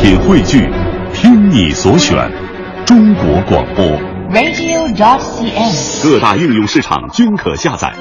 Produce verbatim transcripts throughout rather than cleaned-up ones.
品汇聚，听你所选，中国广播 radio dot c n， 各大应用市场均可下载。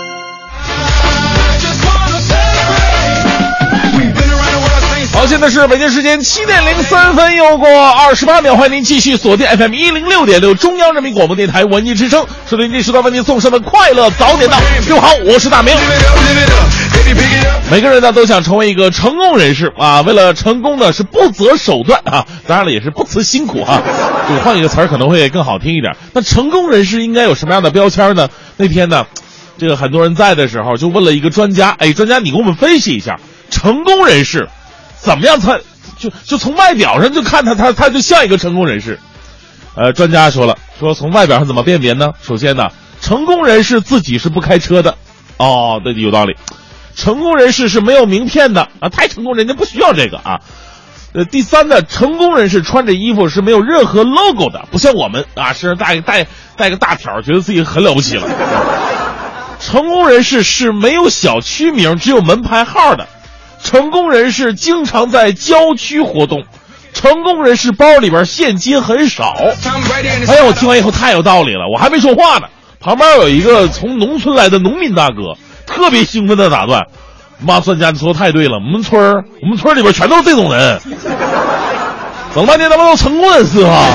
好，现在是北京时间七点零三分，又过二十八秒，欢迎您继续锁定 F M 一零六点六中央人民广播电台文艺之声，收听这时段为您送上的快乐早点到。各位好，我是大明。每个人呢都想成为一个成功人士啊，为了成功呢是不择手段啊，当然了也是不辞辛苦啊。这个换一个词儿可能会更好听一点。那成功人士应该有什么样的标签呢？那天呢，这个很多人在的时候就问了一个专家，哎，专家你给我们分析一下，成功人士怎么样才就就从外表上就看他他他就像一个成功人士。呃，专家说了，说从外表上怎么辨别呢？首先呢，成功人士自己是不开车的，哦，对，有道理。成功人士是没有名片的啊，太成功人家不需要这个啊。呃，第三呢，成功人士穿着衣服是没有任何 logo 的，不像我们啊，身上带带带个大条，觉得自己很了不起了。成功人士是没有小区名，只有门牌号的。成功人士经常在郊区活动，成功人士包里边现金很少。哎呀，我听完以后太有道理了，我还没说话呢，旁边有一个从农村来的农民大哥，特别兴奋的打断：“妈，专家你说的太对了，我们村儿我们村里边全都是这种人，整半天他们都成功人士哈。”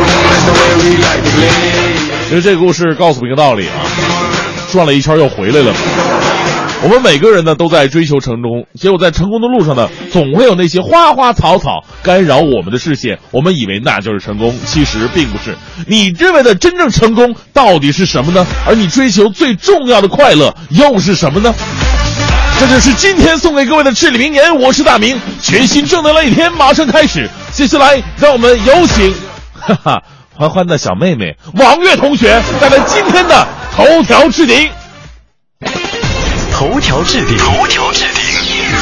其实这个故事告诉我们一个道理啊，转了一圈又回来了。我们每个人呢都在追求成功，结果在成功的路上呢，总会有那些花花草草干扰我们的视线，我们以为那就是成功，其实并不是。你认为的真正成功到底是什么呢？而你追求最重要的快乐又是什么呢？这就是今天送给各位的至理名言，我是大明，全新正能量一天马上开始。接下来让我们有请哈哈欢欢的小妹妹王悦同学带来今天的头条置顶。 头条置顶，头条置顶。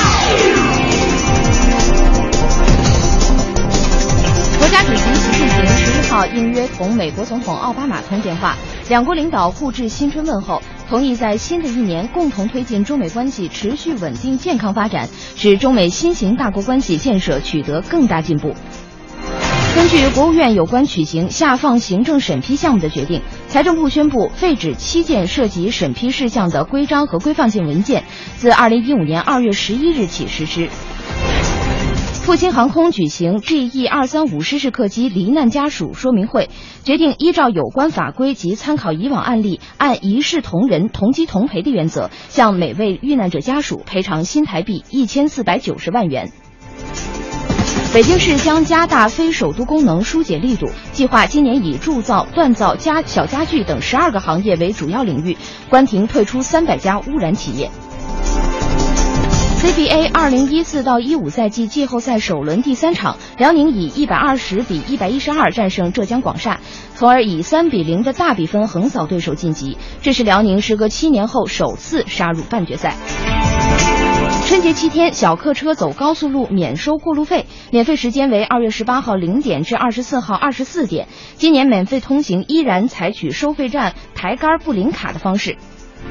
国家主席习近平十一号应约同美国总统奥巴马通电话，两国领导互致新春问候，同意在新的一年共同推进中美关系持续稳定健康发展，使中美新型大国关系建设取得更大进步。根据国务院有关取行下放行政审批项目的决定，财政部宣布废止七件涉及审批事项的规章和规范性文件，自二零一五年二月十一日起实施。复兴航空举行 G E 二三五失事客机罹难家属说明会，决定依照有关法规及参考以往案例，按一视同仁、同机同赔的原则，向每位遇难者家属赔偿新台币一千四百九十万元。北京市将加大非首都功能疏解力度，计划今年以铸造、锻造、家小家具等十二个行业为主要领域，关停退出三百家污染企业。C B A 二零一四到一五赛季季后赛首轮第三场，辽宁以一百二十比一百一十二战胜浙江广厦，从而以三比零的大比分横扫对手晋级。这是辽宁时隔七年后首次杀入半决赛。春节七天，小客车走高速路免收过路费，免费时间为二月十八号零点至二十四号二十四点。今年免费通行依然采取收费站抬杆不领卡的方式。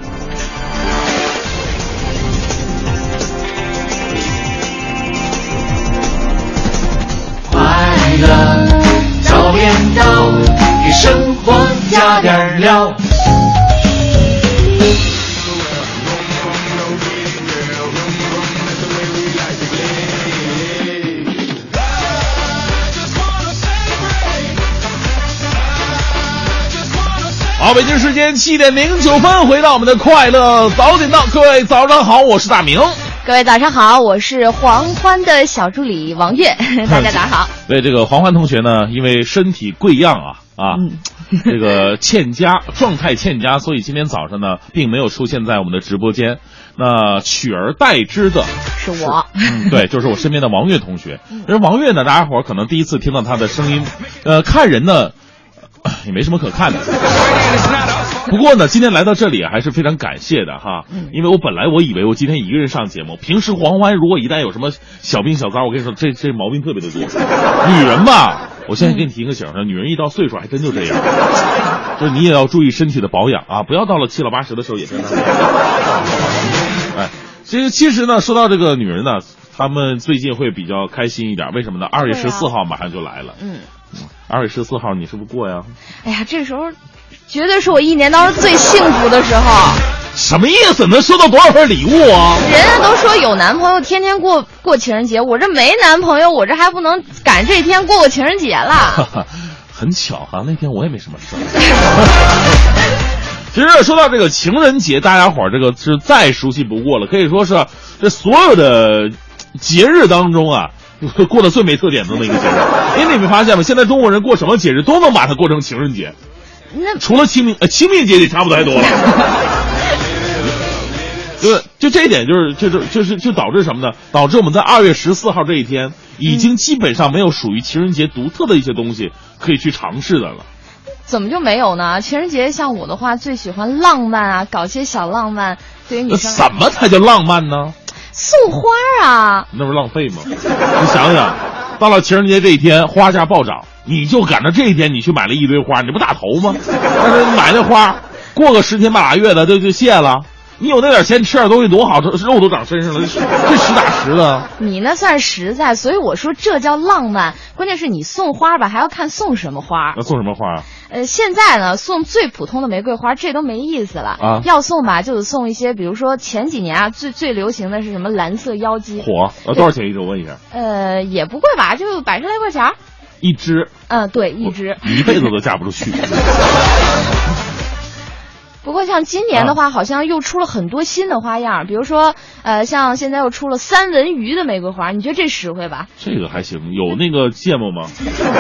快乐早点到，给生活加点料。 好，北京时间七点零九分，回到我们的快乐早点到，各位早上好，我是大明。 各位早上好，我是黄欢的小助理王悦，大家早上好。 对，这个黄欢同学呢，因为身体贵恙啊啊，嗯、这个欠佳，状态欠佳，所以今天早上呢，并没有出现在我们的直播间。那取而代之的是我， 嗯，对，就是我身边的王悦同学。而王悦呢，大家伙可能第一次听到他的声音，呃，看人呢。也没什么可看的，不过呢，今天来到这里还是非常感谢的哈，因为我本来我以为我今天一个人上节目，平时黄欢如果一旦有什么小病小灾，我跟你说，这这毛病特别的多。女人吧，我现在给你提个醒，女人一到岁数还真就这样，就是你也要注意身体的保养啊，不要到了七老八十的时候也跟他。哎，其实其实呢，说到这个女人呢， 他们最近会比较开心一点，为什么呢？二月十四号马上就来了。 嗯， 二月十四号你是不是过呀？ 哎呀，这时候绝对是我一年当中最幸福的时候。 什么意思？能收到多少份礼物啊？ 人家都说有男朋友天天过过情人节，我这没男朋友，我这还不能赶这天过过情人节了。 很巧哈、啊，那天我也没什么事儿。其实说到这个情人节，大家伙儿这个是再熟悉不过了，可以说是这所有的节日当中啊，过得最没特点的那个节日。因为你没发现吗？现在中国人过什么节日都能把它过成情人节， 那除了清明，呃，清明节也差不多太多了。对，就这一点，就是就就就是就导致什么呢？导致我们在二月十四号这一天，已经基本上没有属于情人节独特的一些东西可以去尝试的了。 怎么就没有呢？情人节像我的话，最喜欢浪漫啊，搞些小浪漫。对于女生， 什么才叫浪漫呢？ 送花啊， 那不是浪费吗？你想想，到了情人节这一天，花价暴涨，你就赶着这一天，你去买了一堆花，你不打头吗？但是你买那花，过个十天半拉月的就就谢了。你有那点钱，吃点东西多好，这肉都长身上了，这实打实的。 你那算实在，所以我说这叫浪漫。关键是你送花吧，还要看送什么花。 那送什么花啊？ 呃，现在呢，送最普通的玫瑰花，这都没意思了啊。 要送吧，就得送一些，比如说前几年啊，最最流行的是什么蓝色妖姬。 火，呃，多少钱一支？我问一下。 呃，也不贵吧，就百十来块钱。 一支。 嗯、呃，对，一支。 一辈子都嫁不出去。 不过像今年的话，好像又出了很多新的花样，比如说，呃，像现在又出了三文鱼的玫瑰花，你觉得这实惠吧？ 这个还行，有那个芥末吗？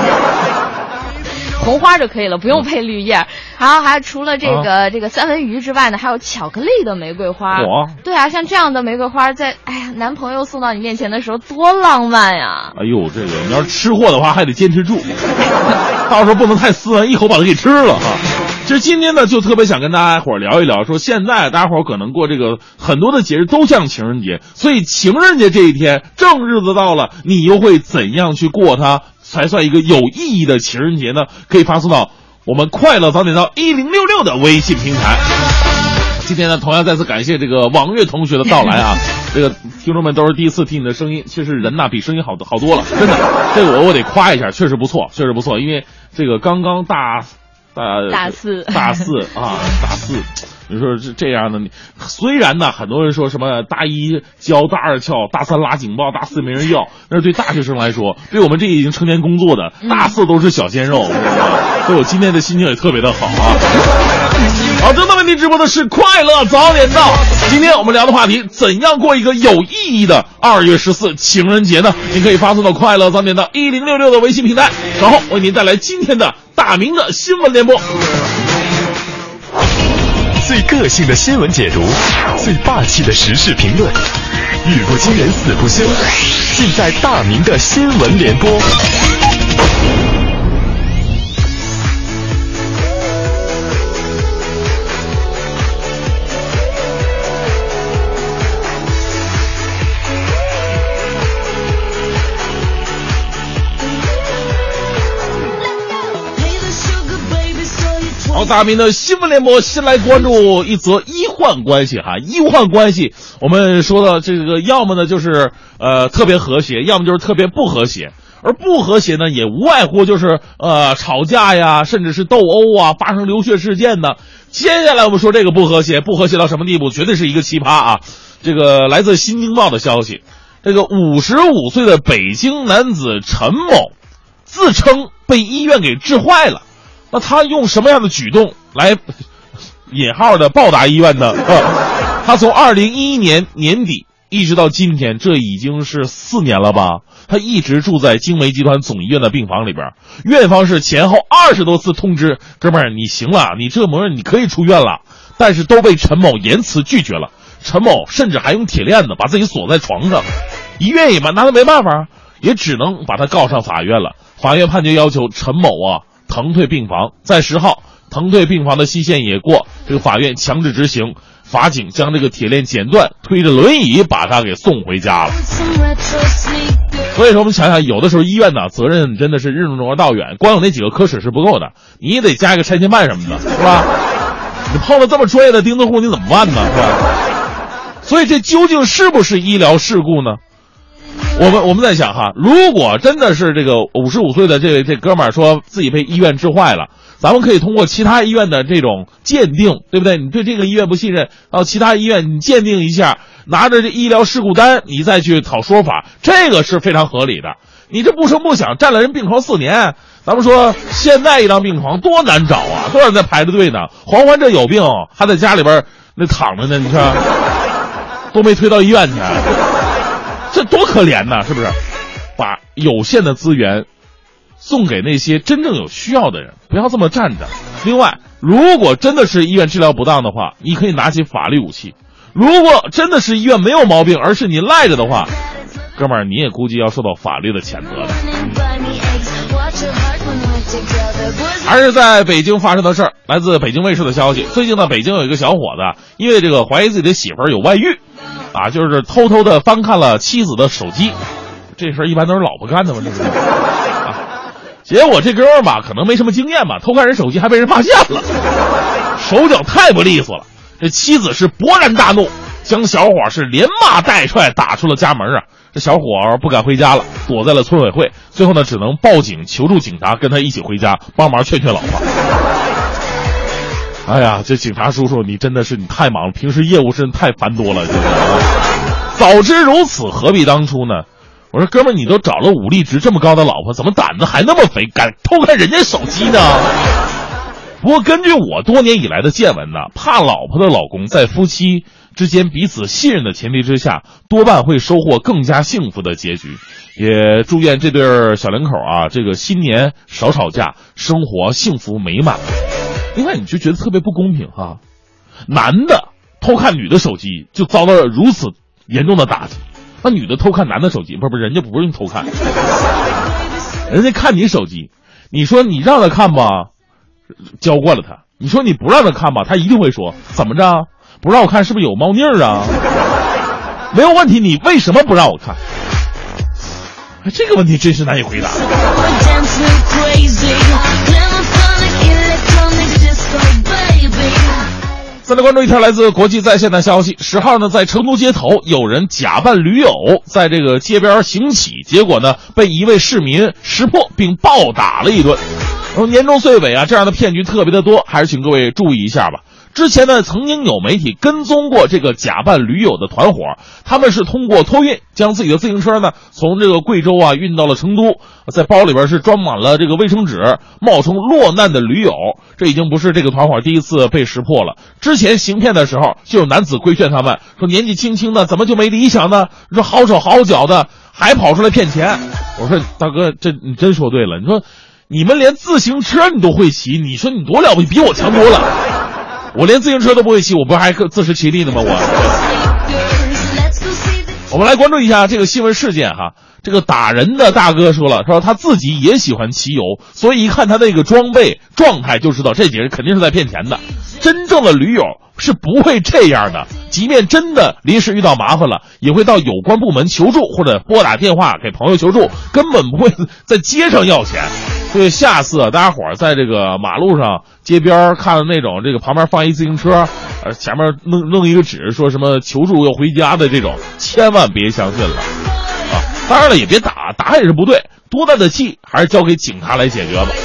红花就可以了，不用配绿叶。然后还除了这个、啊、这个三文鱼之外呢，还有巧克力的玫瑰花。对啊，像这样的玫瑰花在，哎呀，男朋友送到你面前的时候多浪漫呀！ 哎呦，这个你要是吃货的话，还得坚持住，到时候不能太斯文，一口把它给吃了哈。其实今天呢，就特别想跟大家伙儿聊一聊，说现在大家伙儿可能过这个很多的节日都像情人节，所以情人节这一天正日子到了，你又会怎样去过它才算一个有意义的情人节呢？可以发送到我们快乐早点到一零六六的微信平台。今天呢，同样再次感谢这个王悦同学的到来啊！这个听众们都是第一次听你的声音，其实人呐比声音好好多了，真的，这个我我得夸一下，确实不错，确实不错，因为这个刚刚大。大大四大四啊，大四，你说是这样的，虽然呢，很多人说什么大一教大二翘，大三拉警报，大四没人要，但是对大学生来说，对我们这已经成年工作的，大四都是小鲜肉，嗯、所以我今天的心情也特别的好啊。好，正在为您直播的是快乐早点到，今天我们聊的话题，怎样过一个有意义的二月十四情人节呢？您可以发送到快乐早点到一零六六的微信平台，然后为您带来今天的大明的新闻联播， 最个性的新闻解读，最霸气的时事评论，语不惊人死不休，尽在大明的新闻联播。 好，大明的新闻联播，先来关注一则医患关系哈。医患关系，我们说的这个，要么呢就是呃特别和谐，要么就是特别不和谐。而不和谐呢，也无外乎就是呃吵架呀，甚至是斗殴啊，发生流血事件呢。接下来我们说这个不和谐，不和谐到什么地步？绝对是一个奇葩啊！这个来自《新京报》的消息，这个五十五岁的北京男子陈某，自称被医院给治坏了。那他用什么样的举动来引号的报答医院呢？呃、他从二零一一年年底一直到今天，这已经是四年了吧？他一直住在京梅集团总医院的病房里边，院方是前后二十多次通知，哥们儿你行了，你这模样你可以出院了，但是都被陈某严词拒绝了。陈某甚至还用铁链子把自己锁在床上，医院也拿他没办法，也只能把他告上法院了。法院判决要求陈某啊腾退病房，在十号腾退病房的期限也过，这个法院强制执行，法警将这个铁链剪断，推着轮椅把他给送回家了。所以说我们想想，有的时候医院呢责任真的是任重而道远，光有那几个科室是不够的，你也得加一个拆迁办什么的，是吧？你碰了这么专业的钉子户，你怎么办呢？是吧？所以这究竟是不是医疗事故呢？ 我们我们在想哈，如果真的是这个五十五岁的这这哥们儿说自己被医院治坏了，咱们可以通过其他医院的这种鉴定，对不对？你对这个医院不信任，到其他医院你鉴定一下，拿着这医疗事故单，你再去讨说法，这个是非常合理的。你这不声不响占了人病床四年，咱们说现在一张病床多难找啊，多少人在排着队呢？黄欢这有病还在家里边那躺着呢，你说都没推到医院去。这多可怜呐，是不是？把有限的资源送给那些真正有需要的人，不要这么站着。另外，如果真的是医院治疗不当的话，你可以拿起法律武器。如果真的是医院没有毛病，而是你赖着的话，哥们儿，你也估计要受到法律的谴责的。还是在北京发生的事儿，来自北京卫视的消息。最近呢，北京有一个小伙子，因为这个怀疑自己的媳妇儿有外遇，啊，就是偷偷的翻看了妻子的手机。这事儿一般都是老婆干的嘛，这是。啊，结果这哥们儿吧，可能没什么经验吧，偷看人手机还被人发现了，手脚太不利索了。这妻子是勃然大怒，将小伙是连骂带踹打出了家门啊！这小伙不敢回家了，躲在了村委会，最后呢只能报警求助警察，跟他一起回家帮忙劝劝老婆。哎呀，这警察叔叔，你真的是你太忙了，平时业务真太繁多了，这个。早知如此，何必当初呢？我说哥们儿，你都找了武力值这么高的老婆，怎么胆子还那么肥，敢偷看人家手机呢？不过根据我多年以来的见闻呢，怕老婆的老公在夫妻之间彼此信任的前提之下，多半会收获更加幸福的结局。也祝愿这对小两口啊，这个新年少吵架，生活幸福美满。另外，你就觉得特别不公平哈，男的偷看女的手机就遭到了如此严重的打击，那女的偷看男的手机，不是不是，人家不用偷看，人家看你手机，你说你让他看吧，教惯了他，你说你不让他看吧，他一定会说怎么着，不让我看是不是有猫腻儿啊？没有问题，你为什么不让我看？这个问题真是难以回答。再来关注一条来自国际在线的消息，十号呢，在成都街头有人假扮驴友在这个街边行乞，结果呢被一位市民识破并暴打了一顿。年终岁尾啊，这样的骗局特别的多，还是请各位注意一下吧。之前呢，曾经有媒体跟踪过这个假扮驴友的团伙，他们是通过托运将自己的自行车呢从这个贵州啊运到了成都，在包里边是装满了这个卫生纸，冒充落难的驴友。这已经不是这个团伙第一次被识破了，之前行骗的时候就有男子规劝他们说，年纪轻轻的怎么就没理想呢？你说好手好脚的还跑出来骗钱。我说大哥，这你真说对了，你说你们连自行车你都会骑，你说你多了不起，比我强多了。我连自行车都不会骑，我不是还自食其力呢吗？我我们来关注一下这个新闻事件哈。这个打人的大哥说了，说他自己也喜欢骑游，所以一看他那个装备状态就知道这几人肯定是在骗钱的。真正的驴友是不会这样的，即便真的临时遇到麻烦了，也会到有关部门求助，或者拨打电话给朋友求助，根本不会在街上要钱。所以下次啊，大家伙儿在这个马路上街边看到那种这个旁边放一自行车，呃，前面弄弄一个纸说什么求助要回家的这种，千万别相信了啊！当然了，也别打，打也是不对，多大的气还是交给警察来解决吧。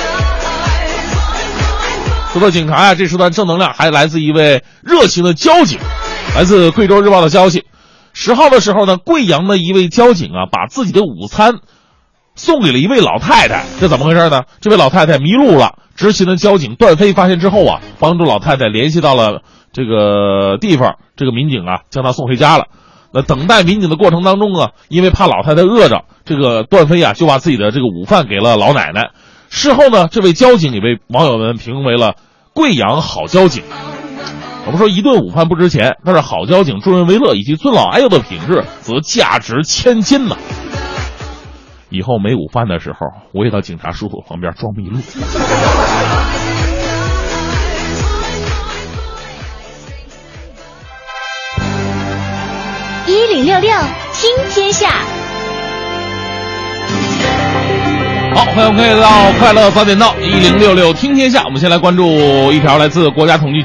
说到警察呀、啊，这时段正能量还来自一位热情的交警。来自贵州日报的消息，十号的时候呢，贵阳的一位交警啊，把自己的午餐送给了一位老太太。这怎么回事呢？这位老太太迷路了，执勤的交警段飞发现之后啊，帮助老太太联系到了这个地方，这个民警啊将她送回家了。那等待民警的过程当中啊，因为怕老太太饿着，这个段飞啊就把自己的这个午饭给了老奶奶。事后呢，这位交警也被网友们评为了贵阳好交警。我们说一顿午饭不值钱，但是好交警助人为乐以及尊老爱幼的品质则价值千金呢。以后没午饭的时候，我也到警察叔叔旁边装迷路。 一零六六听天下。 好，欢迎回到快乐早点到一零六六听天下。我们先来关注一条来自国家统计局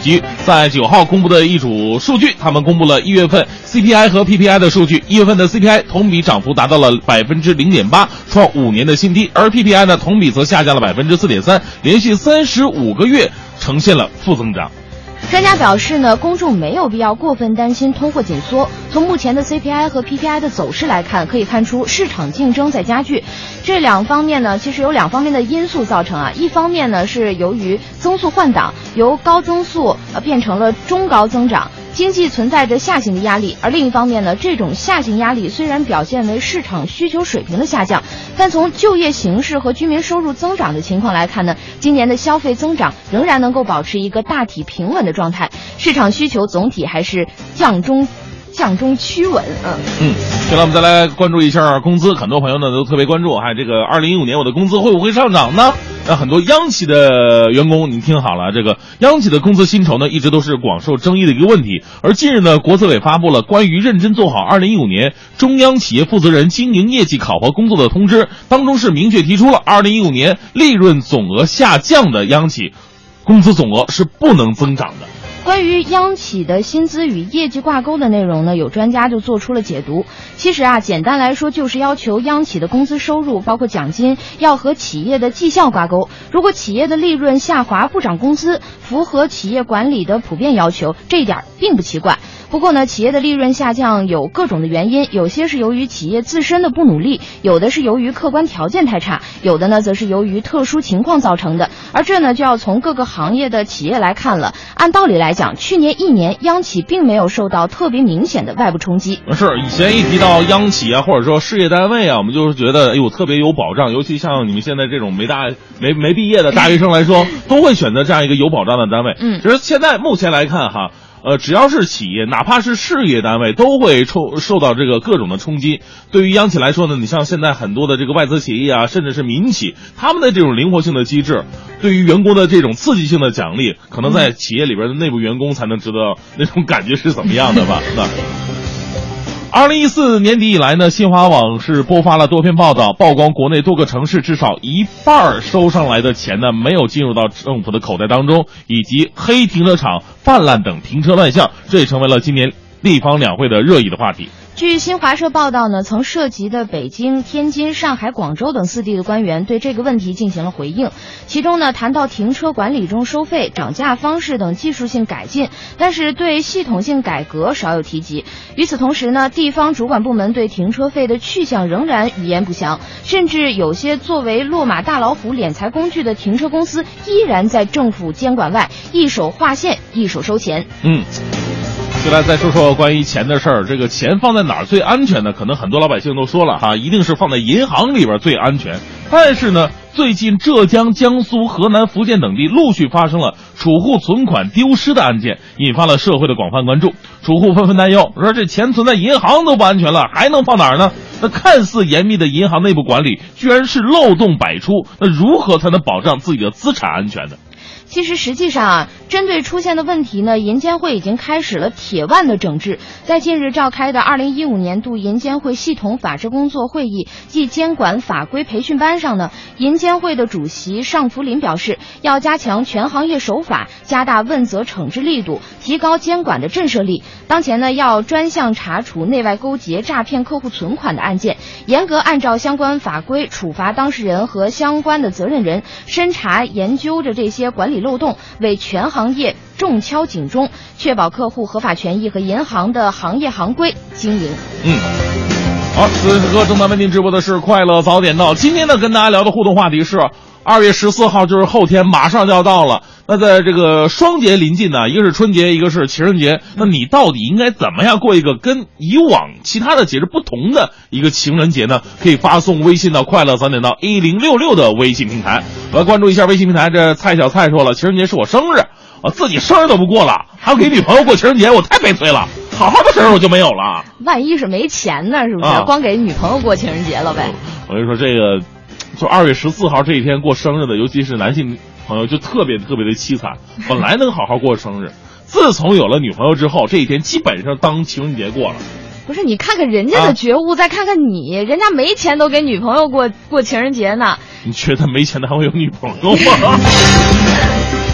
在九号公布的一组数据，他们公布了一月份 C P I 和 P P I 的数据。一月份的 C P I 同比涨幅达到了百分之零点八，创五年的新低，而 P P I 呢同比则下降了百分之四点三，连续三十五个月呈现了负增长。 专家表示呢，公众没有必要过分担心通货紧缩。从目前的 C P I 和 P P I 的走势来看，可以看出市场竞争在加剧。这两方面呢，其实有两方面的因素造成啊。一方面呢是由于增速换挡，由高增速呃变成了中高增长。经济存在着下行的压力，而另一方面呢，这种下行压力虽然表现为市场需求水平的下降，但从就业形势和居民收入增长的情况来看呢，今年的消费增长仍然能够保持一个大体平稳的状态，市场需求总体还是降中降中趋稳。嗯嗯，接下来我们再来关注一下工资，很多朋友呢都特别关注，还这个二零一五年我的工资会不会上涨呢？那很多央企的员工，你听好了，这个央企的工资薪酬呢，一直都是广受争议的一个问题。而近日呢，国资委发布了关于认真做好二零一五年中央企业负责人经营业绩考核工作的通知，当中是明确提出了二零一五年利润总额下降的央企，工资总额是不能增长的。 关于央企的薪资与业绩挂钩的内容呢，有专家就做出了解读。其实啊，简单来说就是要求央企的工资收入，包括奖金，要和企业的绩效挂钩。如果企业的利润下滑不涨工资，符合企业管理的普遍要求，这一点并不奇怪。不过呢，企业的利润下降有各种的原因，有些是由于企业自身的不努力，有的是由于客观条件太差，有的呢则是由于特殊情况造成的。而这呢就要从各个行业的企业来看了。按道理来讲，去年一年央企并没有受到特别明显的外部冲击。 是，以前一提到央企啊，或者说事业单位啊，我们就是觉得哎呦特别有保障，尤其像你们现在这种没大没没毕业的大学生来说，都会选择这样一个有保障的单位。嗯，其实现在目前来看哈。呃，只要是企业，哪怕是事业单位，都会受受到这个各种的冲击。对于央企来说呢，你像现在很多的这个外资企业啊，甚至是民企，他们的这种灵活性的机制，对于员工的这种刺激性的奖励，可能在企业里边的内部员工才能知道那种感觉是怎么样的吧。那二零一四年底以来呢，新华网是播发了多篇报道，曝光国内多个城市至少一半收上来的钱呢，没有进入到政府的口袋当中，以及黑停车场泛滥等停车乱象，这也成为了今年地方两会的热议的话题。 据新华社报道呢，曾涉及的北京、天津、上海、广州等四地的官员对这个问题进行了回应。其中呢，谈到停车管理中收费、涨价方式等技术性改进，但是对系统性改革少有提及。与此同时呢，地方主管部门对停车费的去向仍然语言不详，甚至有些作为落马大老虎敛财工具的停车公司，依然在政府监管外一手划线，一手收钱。 嗯。就来再说说关于钱的事儿，这个钱放在哪儿最安全呢？可能很多老百姓都说了哈，一定是放在银行里边最安全。但是呢，最近浙江、江苏、河南、福建等地陆续发生了储户存款丢失的案件，引发了社会的广泛关注。储户纷纷担忧，说这钱存在银行都不安全了，还能放哪儿呢？那看似严密的银行内部管理，居然是漏洞百出。那如何才能保障自己的资产安全呢？ 其实实际上啊，针对出现的问题呢，银监会已经开始了铁腕的整治。在近日召开的二零一五年度银监会系统法制工作会议暨监管法规培训班上呢，银监会的主席尚福林表示，要加强全行业守法，加大问责惩治力度，提高监管的震慑力。当前呢，要专项查处内外勾结诈骗客户存款的案件，严格按照相关法规处罚当事人和相关的责任人，深查研究着这些管理漏洞，为全行业重敲警钟，确保客户合法权益和银行的行业行规经营。 嗯，好，此刻正在为您直播的是快乐早点到。今天呢，跟大家聊的互动话题是二月十四号，就是后天，马上就要到了。那在这个双节临近呢，一个是春节，一个是情人节，那你到底应该怎么样过一个跟以往其他的节日不同的一个情人节呢？可以发送微信到快乐早点到一零六六的微信平台，我来关注一下微信平台。这蔡小蔡说了，情人节是我生日，我自己生日都不过了，还要给女朋友过情人节，我太悲催了，好好的生日我就没有了。 万一是没钱呢，是不是、啊、光给女朋友过情人节了呗？ 我跟你说，这个就二月十四号这一天过生日的，尤其是男性朋友就特别特别的凄惨，本来能好好过生日，自从有了女朋友之后，这一天基本上当情人节过了。 不是，你看看人家的觉悟、啊、再看看你，人家没钱都给女朋友过过情人节呢。 你觉得没钱的还会有女朋友吗？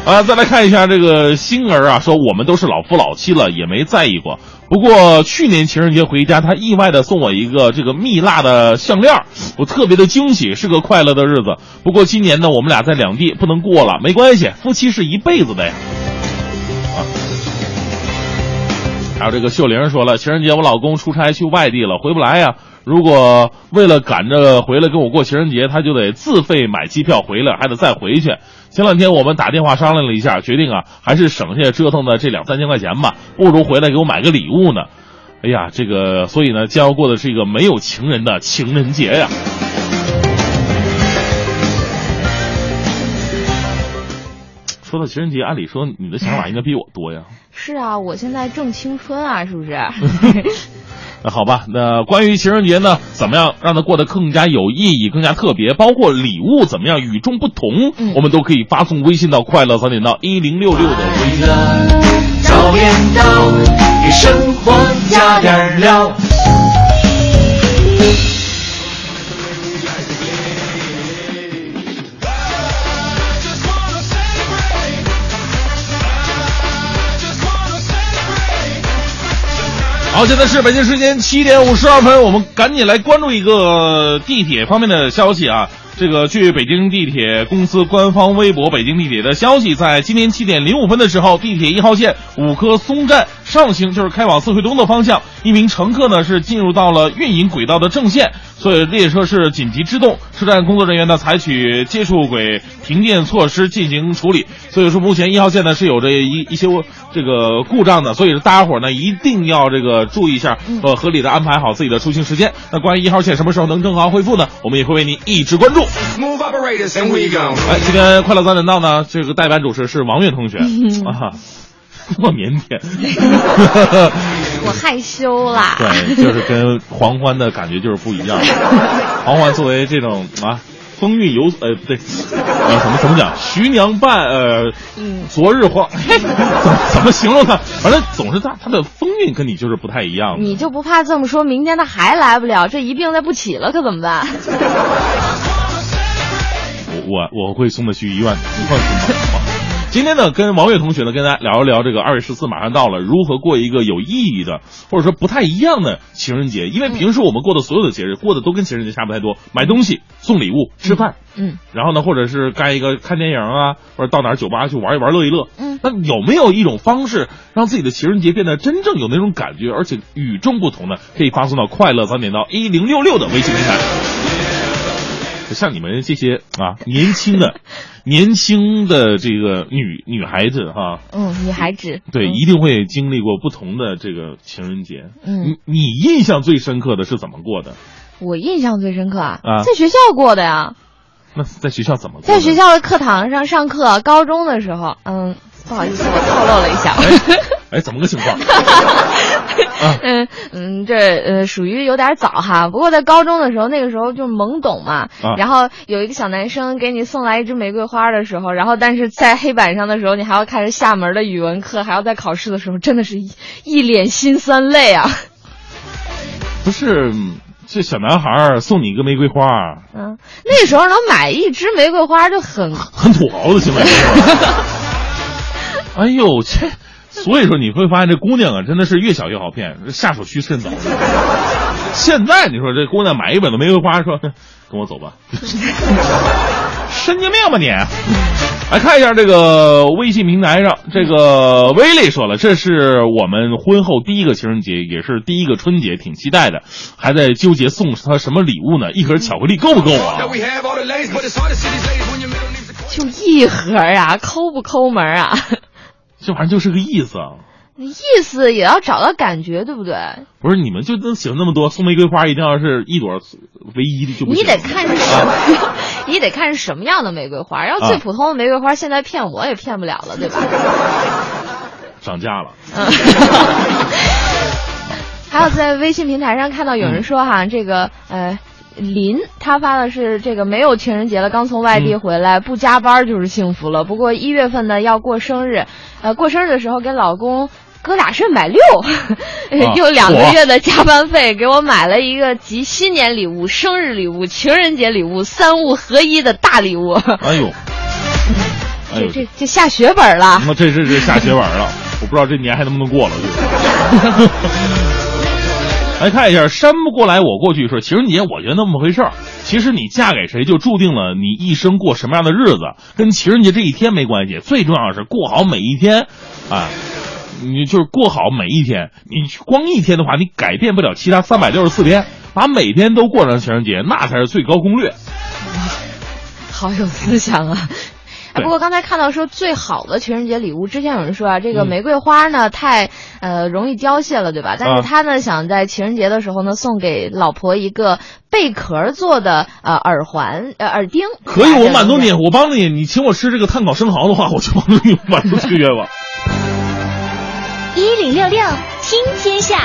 啊，再来看一下这个星儿啊，说我们都是老夫老妻了，也没在意过。不过去年情人节回家，他意外的送我一个这个蜜蜡的项链，我特别的惊喜，是个快乐的日子。不过今年呢，我们俩在两地，不能过了，没关系，夫妻是一辈子的呀。啊，还有这个秀玲说了，情人节我老公出差去外地了，回不来呀。如果为了赶着回来跟我过情人节，他就得自费买机票回来，还得再回去。前两天我们打电话商量了一下，决定啊，还是省下折腾的这两三千块钱吧，不如回来给我买个礼物呢。哎呀，这个，所以呢，将要过的是一个没有情人的情人节呀。说到情人节，按理说你的想法应该比我多呀。 是啊，我现在正青春啊，是不是？ 那好吧，那关于情人节呢，怎么样让它过得更加有意义、更加特别，包括礼物怎么样与众不同，嗯、我们都可以发送微信到快乐早点到一零六六的微信。 早点到，给生活加点料。 好，现在是北京时间七点五十二分，我们赶紧来关注一个地铁方面的消息啊。这个据北京地铁公司官方微博北京地铁的消息，在今天七点零五分的时候，地铁一号线五棵松站上行，就是开往四惠东的方向，一名乘客呢是进入到了运营轨道的正线，所以列车是紧急制动，车站工作人员呢采取接触轨停电措施进行处理。所以说目前一号线呢是有着一一些这个故障的，所以大家伙呢一定要这个注意一下，呃，合理的安排好自己的出行时间。那关于一号线什么时候能正常恢复呢？我们也会为您一直关注。哎，今天快乐早点到呢，这个代班主持是王悦同学啊，这么腼腆， 我害羞啦。 对，就是跟黄欢的感觉就是不一样。黄欢作为这种啊。风韵犹呃不对，呃怎么怎么讲？徐娘伴呃，嗯，昨日黄，怎么怎么形容他？反正总是他他的风韵跟你就是不太一样。 你就不怕这么说，明天他还来不了？这一病再不起了，可怎么办？ 我我我会送他去医院，你放心吧。今天呢，跟王悦同学呢，跟大家聊一聊这个二月十四马上到了，如何过一个有意义的，或者说不太一样的情人节。因为平时我们过的所有的节日，过的都跟情人节差不太多，买东西、送礼物、吃饭， 嗯， 然后呢，或者是干一个看电影啊，或者到哪儿酒吧去玩一玩、乐一乐， 嗯。 那有没有一种方式让自己的情人节变得真正有那种感觉，而且与众不同呢？可以发送到快乐早点到一零六六的微信平台。像你们这些啊，年轻的、年轻的这个女女孩子哈， 嗯，女孩子， 对， 嗯、 一定会经历过不同的这个情人节。 嗯， 你你印象最深刻的是怎么过的？ 我印象最深刻啊， 啊在学校过的呀。 那在学校怎么过的？ 在学校的课堂上上课，高中的时候，嗯，不好意思，我透露了一下。 哎，哎怎么个情况？ 啊、嗯嗯，这呃属于有点早哈。不过在高中的时候，那个时候就懵懂嘛， 啊、 然后有一个小男生给你送来一支玫瑰花的时候，然后但是在黑板上的时候，你还要看着厦门的语文课，还要在考试的时候，真的是一一脸辛酸泪啊。 不是。这小男孩送你一个玫瑰花， 嗯，那时候能买一支玫瑰花就很很土豪的行为。哎呦，这所以说你会发现这姑娘啊，真的是越小越好骗，下手需趁早。现在你说这姑娘买一本的玫瑰花，说跟我走吧，神经病吧你！来看一下这个微信平台上，这个威利说了，这是我们婚后第一个情人节，也是第一个春节，挺期待的，还在纠结送他什么礼物呢？一盒巧克力够不够啊？ 就一盒啊，抠不抠门啊？ 这玩意儿就是个意思啊。 意思也要找到感觉，对不对？ 不是，你们就能喜欢那么多，送玫瑰花一定要是一朵唯一的就不行。 你得看是什么，啊、你得看是什么样的玫瑰花。要最普通的玫瑰花，现在骗我也骗不了了，对吧？ 涨价了。 嗯。还有在微信平台上看到有人说哈，嗯、这个呃。林他发的是这个没有情人节了，刚从外地回来，嗯、不加班就是幸福了。不过一月份呢要过生日，呃，过生日的时候给老公哥俩顺百六，啊、用两个月的加班费给我买了一个集新年礼物、生日礼物、情人节礼物三物合一的大礼物。 哎呦，哎哎呦， 这这这下血本了。 那这是这下血本了，我不知道这年还能不能过了。来看一下，山不过来我过去说情人节，我觉得那么回事儿。其实你嫁给谁，就注定了你一生过什么样的日子，跟情人节这一天没关系。最重要的是过好每一天，啊，你就是过好每一天。你光一天的话，你改变不了其他三百六十四天，把每天都过成情人节，那才是最高攻略。 好有思想啊！哎，不过刚才看到说最好的情人节礼物，之前有人说啊，这个玫瑰花呢、嗯、太呃容易凋谢了，对吧？但是他呢、啊、想在情人节的时候呢送给老婆一个贝壳做的呃耳环呃耳钉。 可以，我满足你，我帮你，你请我吃这个炭烤生蚝的话，我就帮助你满足这个愿望。 一零六六听天下。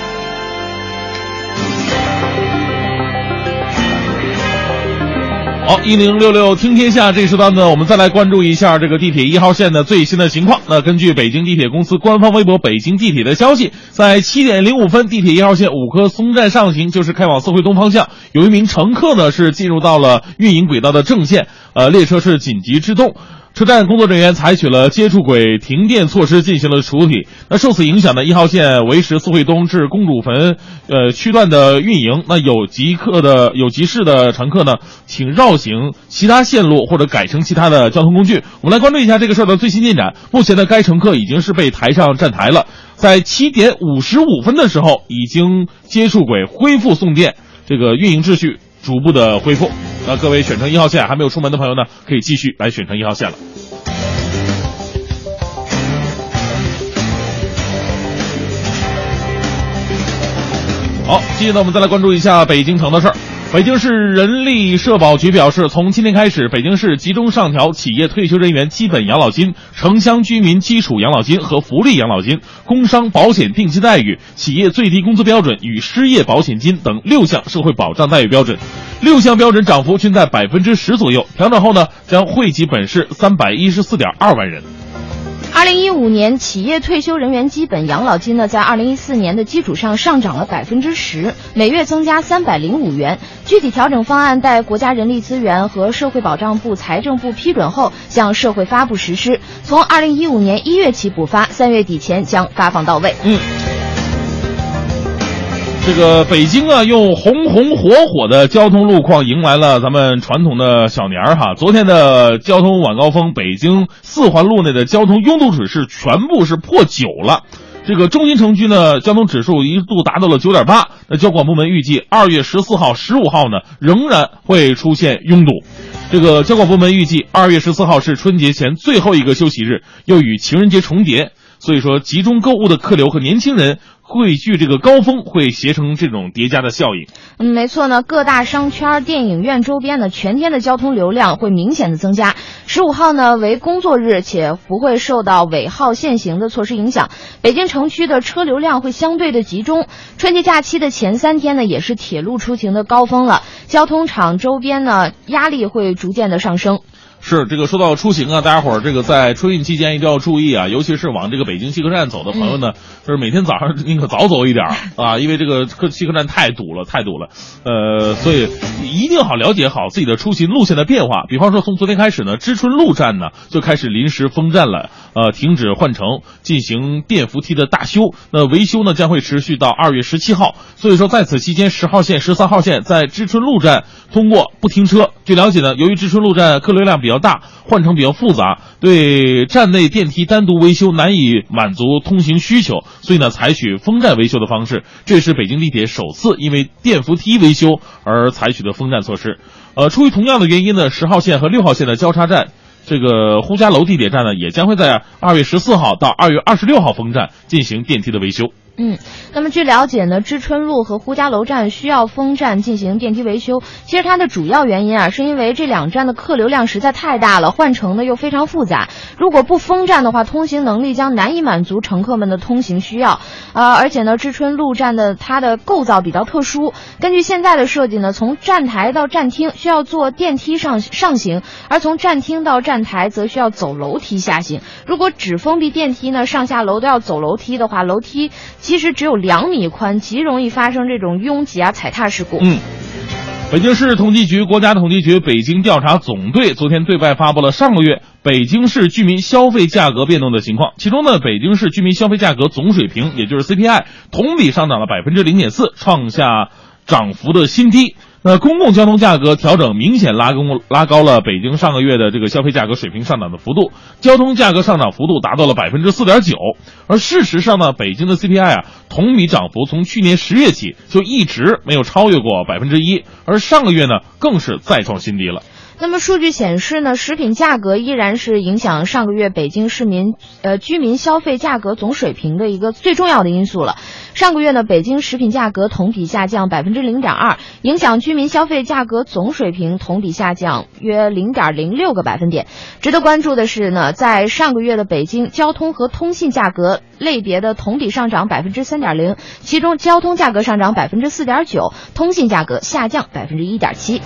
好，一零六六听天下，这个时段呢，我们再来关注一下这个地铁一号线的最新的情况。那根据北京地铁公司官方微博北京地铁的消息，在七点零五分，地铁一号线五棵松站上行，就是开往四惠东方向，有一名乘客呢是进入到了运营轨道的正线，呃，列车是紧急制动。车站工作人员采取了接触轨停电措施进行了处理。那受此影响呢，一号线维持四惠东至公主坟呃区段的运营。那有急客的有急事的乘客呢，请绕行其他线路或者改乘其他的交通工具。我们来关注一下这个事儿的最新进展。目前呢，该乘客已经是被抬上站台了，在七点五十五分的时候已经接触轨恢复送电，这个运营秩序逐步的恢复。那各位选乘一号线还没有出门的朋友呢，可以继续来选乘一号线了。好，接着呢，我们再来关注一下北京城的事儿。北京市人力社保局表示，从今天开始，北京市集中上调企业退休人员基本养老金、城乡居民基础养老金和福利养老金、工伤保险定期待遇、企业最低工资标准与失业保险金等六项社会保障待遇标准。六项标准涨幅均在百分之十左右，调整后呢，将惠及本市三百一十四点二万人。 二零一五年企业退休人员基本养老金呢，在二零一四年的基础上上涨了百分之十，每月增加三百零五元。具体调整方案待国家人力资源和社会保障部、财政部批准后，向社会发布实施。从二零一五年一月起补发，三月底前将发放到位。 嗯。这个北京啊，用红红火火的交通路况迎来了咱们传统的小年儿哈。昨天的交通晚高峰，北京四环路内的交通拥堵指数全部是破九了。这个中心城区呢，交通指数一度达到了九点八。那交管部门预计二月十四号、十五号呢，仍然会出现拥堵。这个交管部门预计二月十四号是春节前最后一个休息日，又与情人节重叠，所以说集中购物的客流和年轻人汇聚这个高峰，会形成这种叠加的效应。 嗯，没错呢，各大商圈、电影院周边呢，全天的交通流量会明显的增加。十五号呢为工作日，且不会受到尾号限行的措施影响，北京城区的车流量会相对的集中。春节假期的前三天呢，也是铁路出行的高峰了，交通场周边呢压力会逐渐的上升。 是这个说到出行啊，大家伙儿这个在春运期间一定要注意啊，尤其是往这个北京西客站走的朋友呢，嗯、就是每天早上宁可早走一点啊，因为这个客西客站太堵了，太堵了。呃，所以一定好了解好自己的出行路线的变化。比方说，从昨天开始呢，知春路站呢就开始临时封站了，呃，停止换乘，进行电扶梯的大修。那维修呢将会持续到二月十七号。所以说，在此期间，十号线、十三号线在知春路站通过不停车。据了解呢，由于知春路站客流量比较大，换乘比较复杂，对站内电梯单独维修难以满足通行需求，所以呢采取封站维修的方式。这是北京地铁首次因为电扶梯维修而采取的封站措施。呃，出于同样的原因呢，十号线和六号线的交叉站，这个呼家楼地铁站呢，也将会在二月十四号到二月二十六号封站进行电梯的维修。 嗯，那么据了解呢，知春路和呼家楼站需要封站进行电梯维修。其实它的主要原因啊，是因为这两站的客流量实在太大了，换乘呢又非常复杂。如果不封站的话，通行能力将难以满足乘客们的通行需要。呃，而且呢，知春路站的它的构造比较特殊，根据现在的设计呢，从站台到站厅需要坐电梯上上行，而从站厅到站台则需要走楼梯下行。如果只封闭电梯呢，上下楼都要走楼梯的话，楼梯其实只有两米宽，极容易发生这种拥挤啊踩踏事故。 嗯， 北京市统计局、国家统计局北京调查总队昨天对外发布了上个月北京市居民消费价格变动的情况。其中呢，北京市居民消费价格总水平，也就是 C P I， 同比上涨了百分之零点四，创下涨幅的新低。那公共交通价格调整明显拉高拉高了北京上个月的这个消费价格水平上涨的幅度，交通价格上涨幅度达到了百分之四点九。而事实上呢，北京的 C P I 啊，同比涨幅从去年十月起就一直没有超越过百分之一，而上个月呢，更是再创新低了。 那么数据显示呢，食品价格依然是影响上个月北京市民呃居民消费价格总水平的一个最重要的因素了。上个月呢，北京食品价格同比下降百分之零点二，影响居民消费价格总水平同比下降约零点零六个百分点。值得关注的是呢，在上个月的北京交通和通信价格类别的同比上涨百分之三点零，其中交通价格上涨百分之四点九，通信价格下降百分之一点七。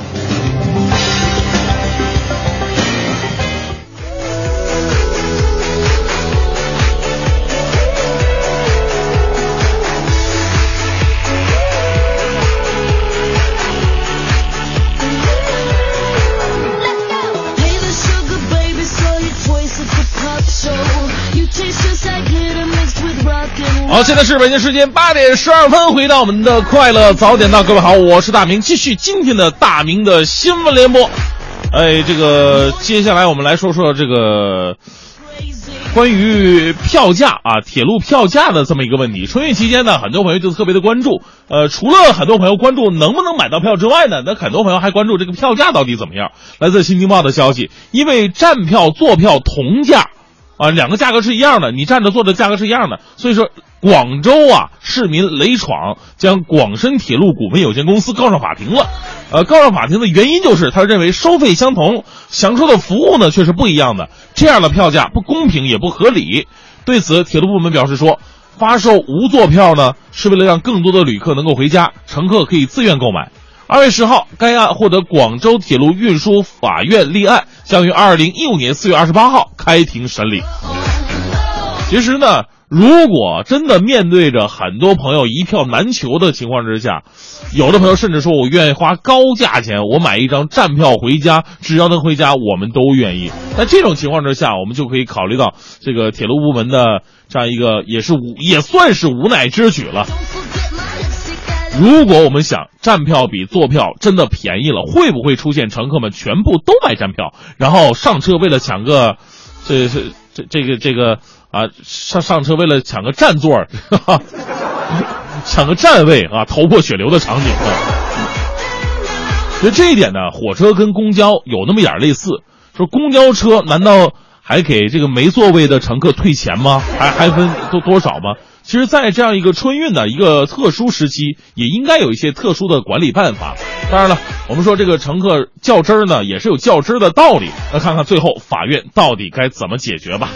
好，现在是北京时间八点十二分，回到我们的快乐早点到，各位好，我是大明，继续今天的大明的新闻联播。哎，这个接下来我们来说说这个关于票价啊，铁路票价的这么一个问题。春运期间呢，很多朋友就特别的关注，呃，除了很多朋友关注能不能买到票之外呢，那很多朋友还关注这个票价到底怎么样。来自新京报的消息，因为站票、坐票同价。啊，两个价格是一样的，你站着坐着价格是一样的，所以说广州啊市民雷闯将广深铁路股份有限公司告上法庭了。呃，告上法庭的原因就是他认为收费相同，享受的服务呢却是不一样的，这样的票价不公平也不合理。对此，铁路部门表示说，发售无座票呢是为了让更多的旅客能够回家，乘客可以自愿购买。二月十号，该案获得广州铁路运输法院立案，将于二零一五年四月二十八号开庭审理。其实呢，如果真的面对着很多朋友一票难求的情况之下，有的朋友甚至说我愿意花高价钱，我买一张站票回家，只要能回家，我们都愿意。那这种情况之下，我们就可以考虑到这个铁路部门的这样一个也是无也算是无奈之举了。如果我们想站票比坐票真的便宜了，会不会出现乘客们全部都买站票，然后上车为了抢个这这这这个这个啊上上车为了抢个占座，抢个站位啊，头破血流的场景啊？所以这一点呢，火车跟公交有那么点类似。说公交车难道还给这个没座位的乘客退钱吗？还还分多多少吗？其实在这样一个春运的一个特殊时期，也应该有一些特殊的管理办法。当然了，我们说这个乘客较真儿呢，也是有较真儿的道理。那看看最后法院到底该怎么解决吧。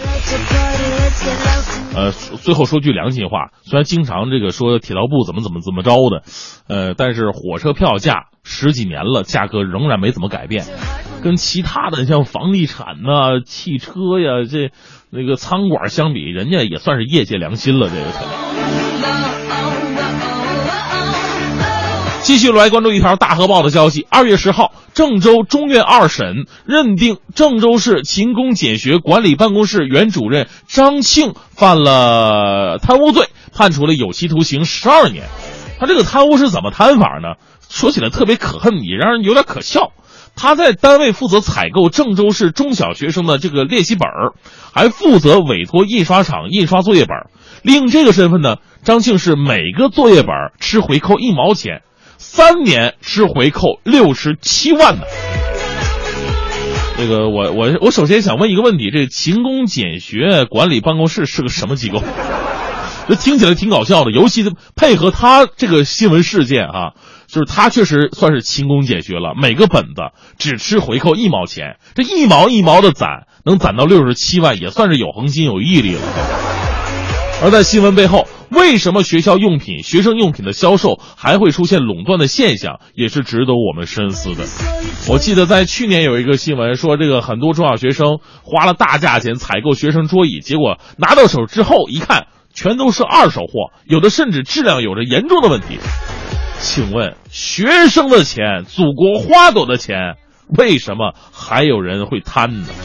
呃，最后说句良心话，虽然经常这个说铁道部怎么怎么怎么着的，呃，但是火车票价十几年了，价格仍然没怎么改变。跟其他的像房地产呐、啊、汽车呀、这那个餐馆相比，人家也算是业界良心了。这个继续来关注一条大河报的消息。二月十号，郑州中院二审认定郑州市勤工俭学管理办公室原主任张庆犯了贪污罪，判处了有期徒刑十二年。他这个贪污是怎么贪法呢？说起来特别可恨，也让人有点可笑。他在单位负责采购郑州市中小学生的这个练习本，还负责委托印刷厂印刷作业本。利用这个身份呢，张庆是每个作业本吃回扣一毛钱，三年吃回扣六十七万的。这个我我我首先想问一个问题，这勤工俭学管理办公室是个什么机构？这听起来挺搞笑的，尤其是配合他这个新闻事件啊，就是他确实算是勤工俭学了，每个本子只吃回扣一毛钱，这一毛一毛的攒，能攒到六十七万，也算是有恒心有毅力了。而在新闻背后，为什么学校用品、学生用品的销售还会出现垄断的现象，也是值得我们深思的。我记得在去年有一个新闻说，这个很多中小学生花了大价钱采购学生桌椅，结果拿到手之后一看，全都是二手货，有的甚至质量有着严重的问题。 请问学生的钱，祖国花朵的钱，为什么还有人会贪呢？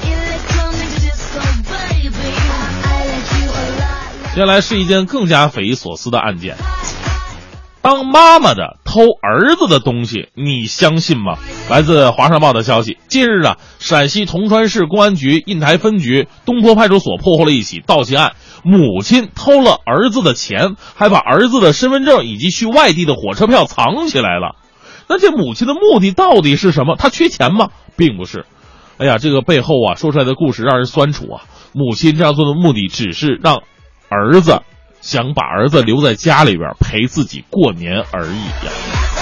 接下来是一件更加匪夷所思的案件。当妈妈的偷儿子的东西，你相信吗？来自华商报的消息，近日啊，陕西铜川市公安局印台分局东坡派出所破获了一起盗窃案，母亲偷了儿子的钱，还把儿子的身份证以及去外地的火车票藏起来了。那这母亲的目的到底是什么？她缺钱吗？并不是。哎呀，这个背后啊说出来的故事让人酸楚啊。母亲这样做的目的只是让儿子想把儿子留在家里边陪自己过年而已呀。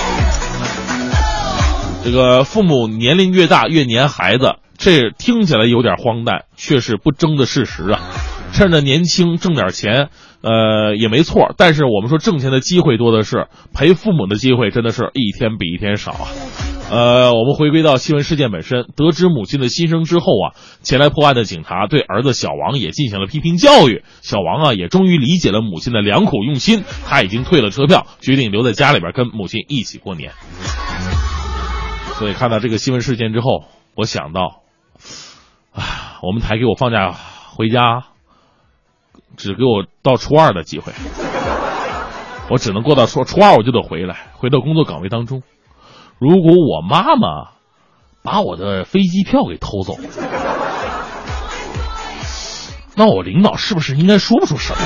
这个父母年龄越大越黏孩子，这听起来有点荒诞，却是不争的事实啊。趁着年轻挣点钱，呃也没错，但是我们说挣钱的机会多的是，陪父母的机会真的是一天比一天少啊。呃，我们回归到新闻事件本身，得知母亲的心声之后啊，前来破案的警察对儿子小王也进行了批评教育。小王啊，也终于理解了母亲的良苦用心，他已经退了车票，决定留在家里边跟母亲一起过年。所以看到这个新闻事件之后，我想到，啊，我们台给我放假回家，只给我到初二的机会，我只能过到初初二，我就得回来，回到工作岗位当中。如果我妈妈把我的飞机票给偷走，那我领导是不是应该说不出什么？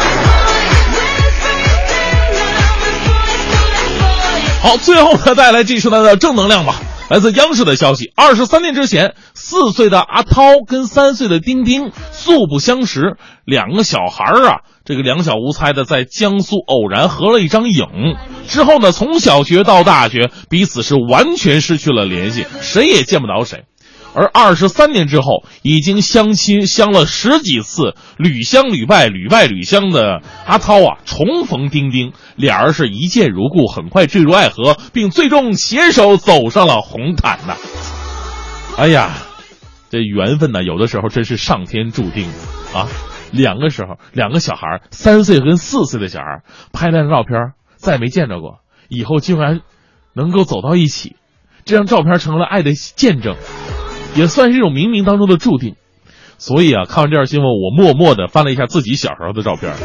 好，最后呢，带来这时代的正能量吧。来自央视的消息，二十三年之前，四岁的阿涛跟三岁的丁丁素不相识，两个小孩啊，这个两小无猜的在江苏偶然合了一张影。之后呢，从小学到大学，彼此是完全失去了联系，谁也见不着谁。而二十三年之后，已经相亲相了十几次，屡相屡败，屡败屡相的阿涛啊，重逢丁丁，俩人是一见如故，很快坠入爱河，并最终携手走上了红毯呐。哎呀，这缘分呢，有的时候真是上天注定啊！两个时候，两个小孩，三岁跟四岁的小孩，拍那张照片，再没见着过，以后竟然能够走到一起，这张照片成了爱的见证。也算是一种冥冥当中的注定。所以啊，看完这条新闻，我默默地翻了一下自己小时候的照片，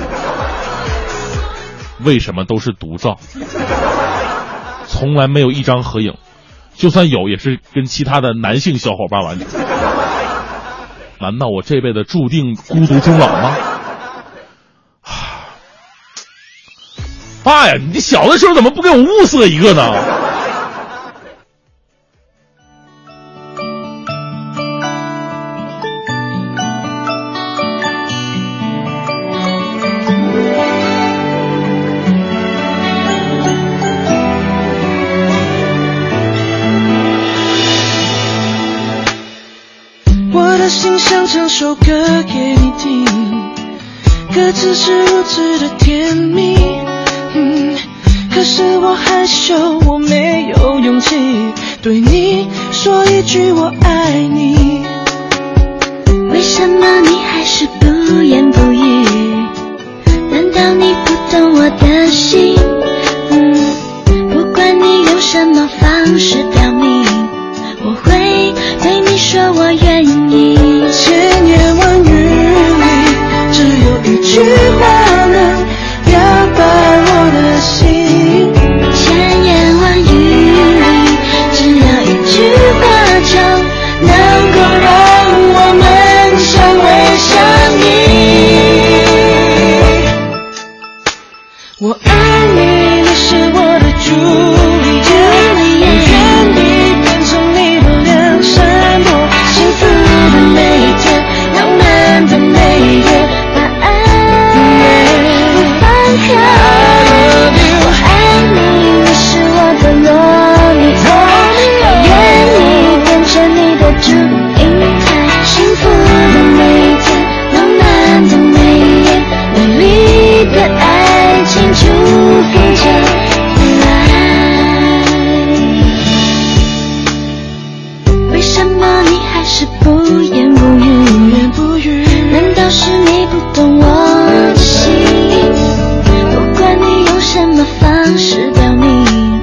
为什么都是独照，从来没有一张合影，就算有也是跟其他的男性小伙伴玩的。难道我这辈子注定孤独终老吗？爸呀，你小的时候怎么不给我物色一个呢？ 心想唱首歌给你听，歌词是如此的甜蜜，嗯，可是我害羞，我没有勇气对你说一句我爱你。 为什么你还是不言不语？难道你不懂我的心？嗯，不管你用什么方式表明，我会对你说我愿意。 千言万语里，只有一句话能表白我的心。 千言万语里，只要一句话就能够让我们相偎相依。 我爱你，你是我的朱丽叶，我愿意变成你的梁山伯，幸福的每一天，浪漫的每一夜，把爱不放开。我爱你，你是我的洛丽塔，我愿意变成你的祝英台，幸福的每一天，浪漫的每一夜，美丽的爱情祝福着未来。为什么你还是不言不语？不语，难道是你不懂我的心？不管你用什么方式表明，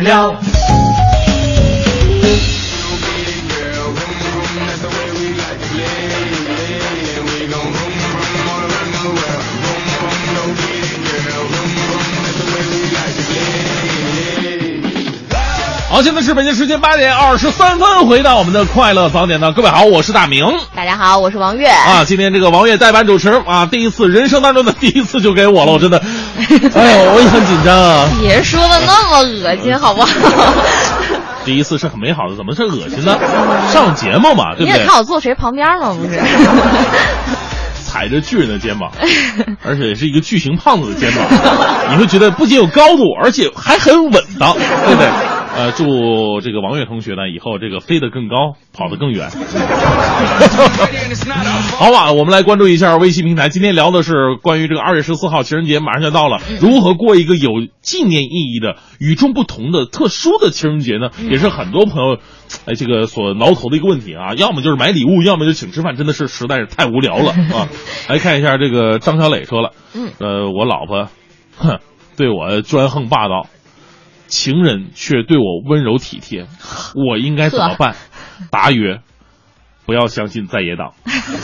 了。 好，现在是北京时间八点二十三分，回到我们的快乐早点呢。各位好，我是大明。 大家好，我是王悦啊。今天这个王悦代班主持啊，第一次人生当中的第一次就给我了，我真的，哎呦，我也很紧张啊。 别说的那么恶心，好不好？ 第一次是很美好的，怎么是恶心呢？上节目嘛，对不对？ 你也看我坐谁旁边吗？不是。 踩着巨人的肩膀，而且是一个巨型胖子的肩膀，你会觉得不仅有高度，而且还很稳当，对不对？呃，祝这个王悦同学呢，以后这个飞得更高，跑得更远。好吧，我们来关注一下微信平台。今天聊的是关于这个二月十四号情人节马上就到了，如何过一个有纪念意义的、与众不同的、特殊的情人节呢？也是很多朋友哎这个所挠头的一个问题啊。要么就是买礼物，要么就请吃饭，真的是实在是太无聊了啊。来看一下这个张小磊说了，呃，我老婆，哼，对我专横霸道。情人却对我温柔体贴，我应该怎么办？答曰：不要相信在野党，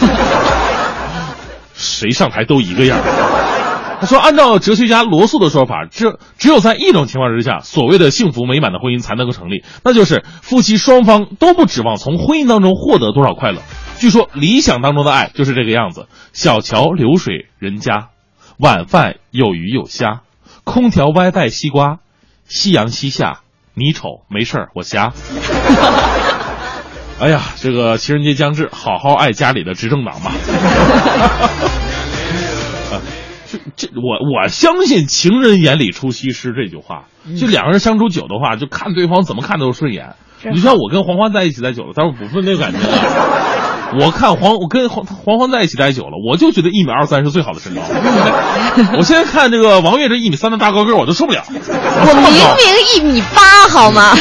谁上台都一个样。他说，按照哲学家罗素的说法，只只有在一种情况之下，所谓的幸福美满的婚姻才能够成立，那就是夫妻双方都不指望从婚姻当中获得多少快乐。据说理想当中的爱就是这个样子：小桥流水人家，晚饭有鱼有虾，空调 WiFi 西瓜。夕阳西下，你丑没事儿，我瞎。哎呀，这个情人节将至，好好爱家里的执政党吧。啊，这这我我相信情人眼里出西施这句话，就两个人相处久的话，就看对方怎么看都顺眼。你就像我跟黄欢在一起待久了，但是不是那个感觉了。我看黄，我跟黄黄欢在一起待久了，我就觉得一米二三是最好的身高。我现在看这个王悦这一米三的大高个，我都受不了。 我明明一米八，好吗？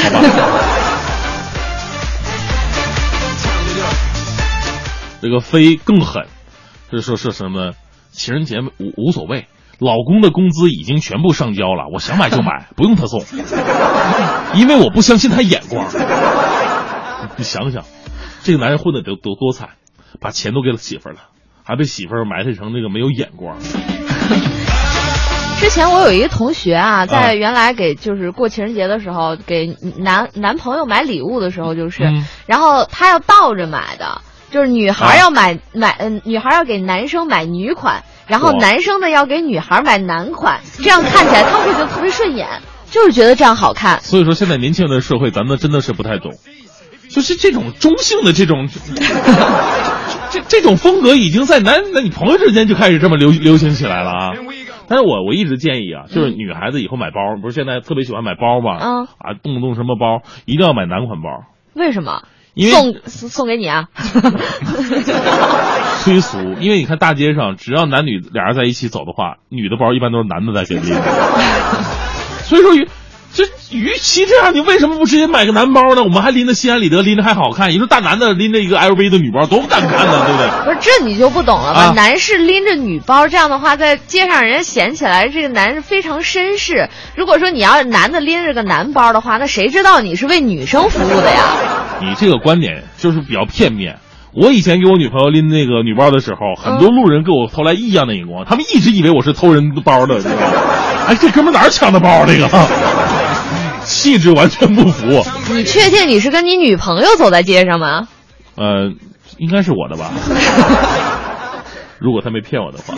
这个飞更狠，这说是什么？情人节无无所谓，老公的工资已经全部上交了，我想买就买，不用他送，因为我不相信他眼光。你想想。这个男人混的得多多惨，把钱都给了媳妇儿了，还被媳妇儿埋汰成那个没有眼光。 之前我有一个同学啊，在原来给就是过情人节的时候，给男男朋友买礼物的时候，就是，嗯、然后他要倒着买的，就是女孩要买、啊、买嗯、呃，女孩要给男生买女款，然后男生呢要给女孩买男款，这样看起来他们会觉得特别顺眼，就是觉得这样好看。 所以说现在年轻人的社会，咱们真的是不太懂。就是这种中性的这种这这种风格已经在男男女朋友之间就开始这么流流行起来了啊！但是我我一直建议啊，就是女孩子以后买包，不是现在特别喜欢买包吗？ 嗯啊，动不动什么包，一定要买男款包。 为什么？ 因为送送给你啊！ 推俗，因为你看大街上，只要男女俩人在一起走的话，女的包一般都是男的在先拎。所以说。这与其这样，你为什么不直接买个男包呢？我们还拎着心安理得，拎着还好看。你说大男的拎着一个 L V 的女包，多不难看呢，对不对？ 不是，这你就不懂了吧？啊、男士拎着女包，这样的话，在街上人家显起来这个男人非常绅士。如果说你要是男的拎着个男包的话，那谁知道你是为女生服务的呀？ 你这个观点就是比较片面。我以前给我女朋友拎那个女包的时候，很多路人给我投来异样的眼光，他们一直以为我是偷人包的，知道吗？哎，这哥们哪儿抢的包？这个气质完全不符。 你确定你是跟你女朋友走在街上吗？ 呃，应该是我的吧。如果他没骗我的话。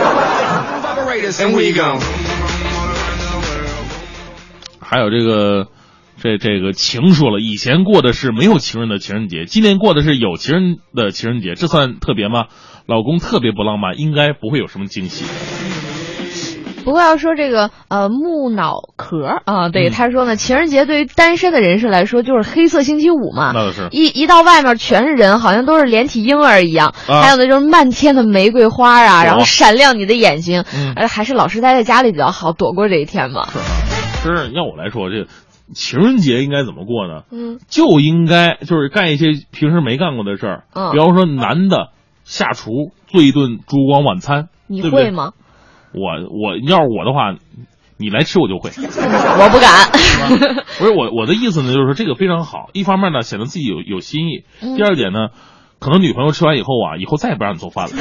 还有这个。这这个情说了，以前过的是没有情人的情人节，今年过的是有情人的情人节，这算特别吗？老公特别不浪漫，应该不会有什么惊喜。 不过要说这个呃木脑壳啊，对、嗯、他说呢，情人节对于单身的人士来说就是黑色星期五嘛， 那是一一到外面全是人，好像都是连体婴儿一样，啊、还有那种漫天的玫瑰花啊，然后闪亮你的眼睛，嗯、呃，还是老实待在家里比较好，躲过这一天吧。 是啊，其实要我来说，这情人节应该怎么过呢？ 嗯， 就应该就是干一些平时没干过的事儿，嗯，比方说男的下厨做一顿烛光晚餐， 你会吗？ 我我要是我的话， 你来吃我就会。 我不敢。 不是我我的意思呢，就是说这个非常好，一方面呢显得自己有有心意，第二点呢，可能女朋友吃完以后啊，以后再也不让你做饭了。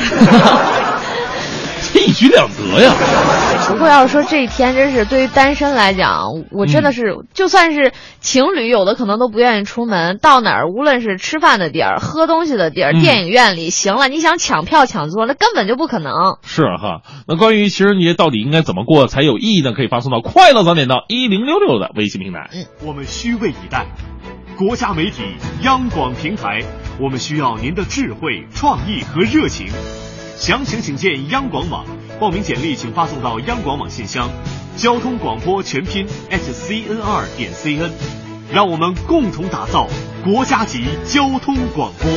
这一举两得呀。 不过要是说这一天真是对于单身来讲，我真的是、嗯、就算是情侣，有的可能都不愿意出门，到哪儿无论是吃饭的地儿、喝东西的地儿、嗯、电影院里，行了，你想抢票抢座，那根本就不可能。 是哈。那关于情人节到底应该怎么过才有意义呢？可以发送到快乐早点到一零六六的微信平台。 嗯，我们虚位以待，国家媒体央广平台，我们需要您的智慧、创意和热情。详情请见央广网，报名简历请发送到央广网信箱，交通广播全拼 at c n r 点 c n， 让我们共同打造国家级交通广播。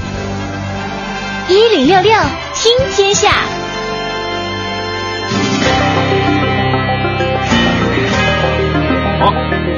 一零六六听天下。 好，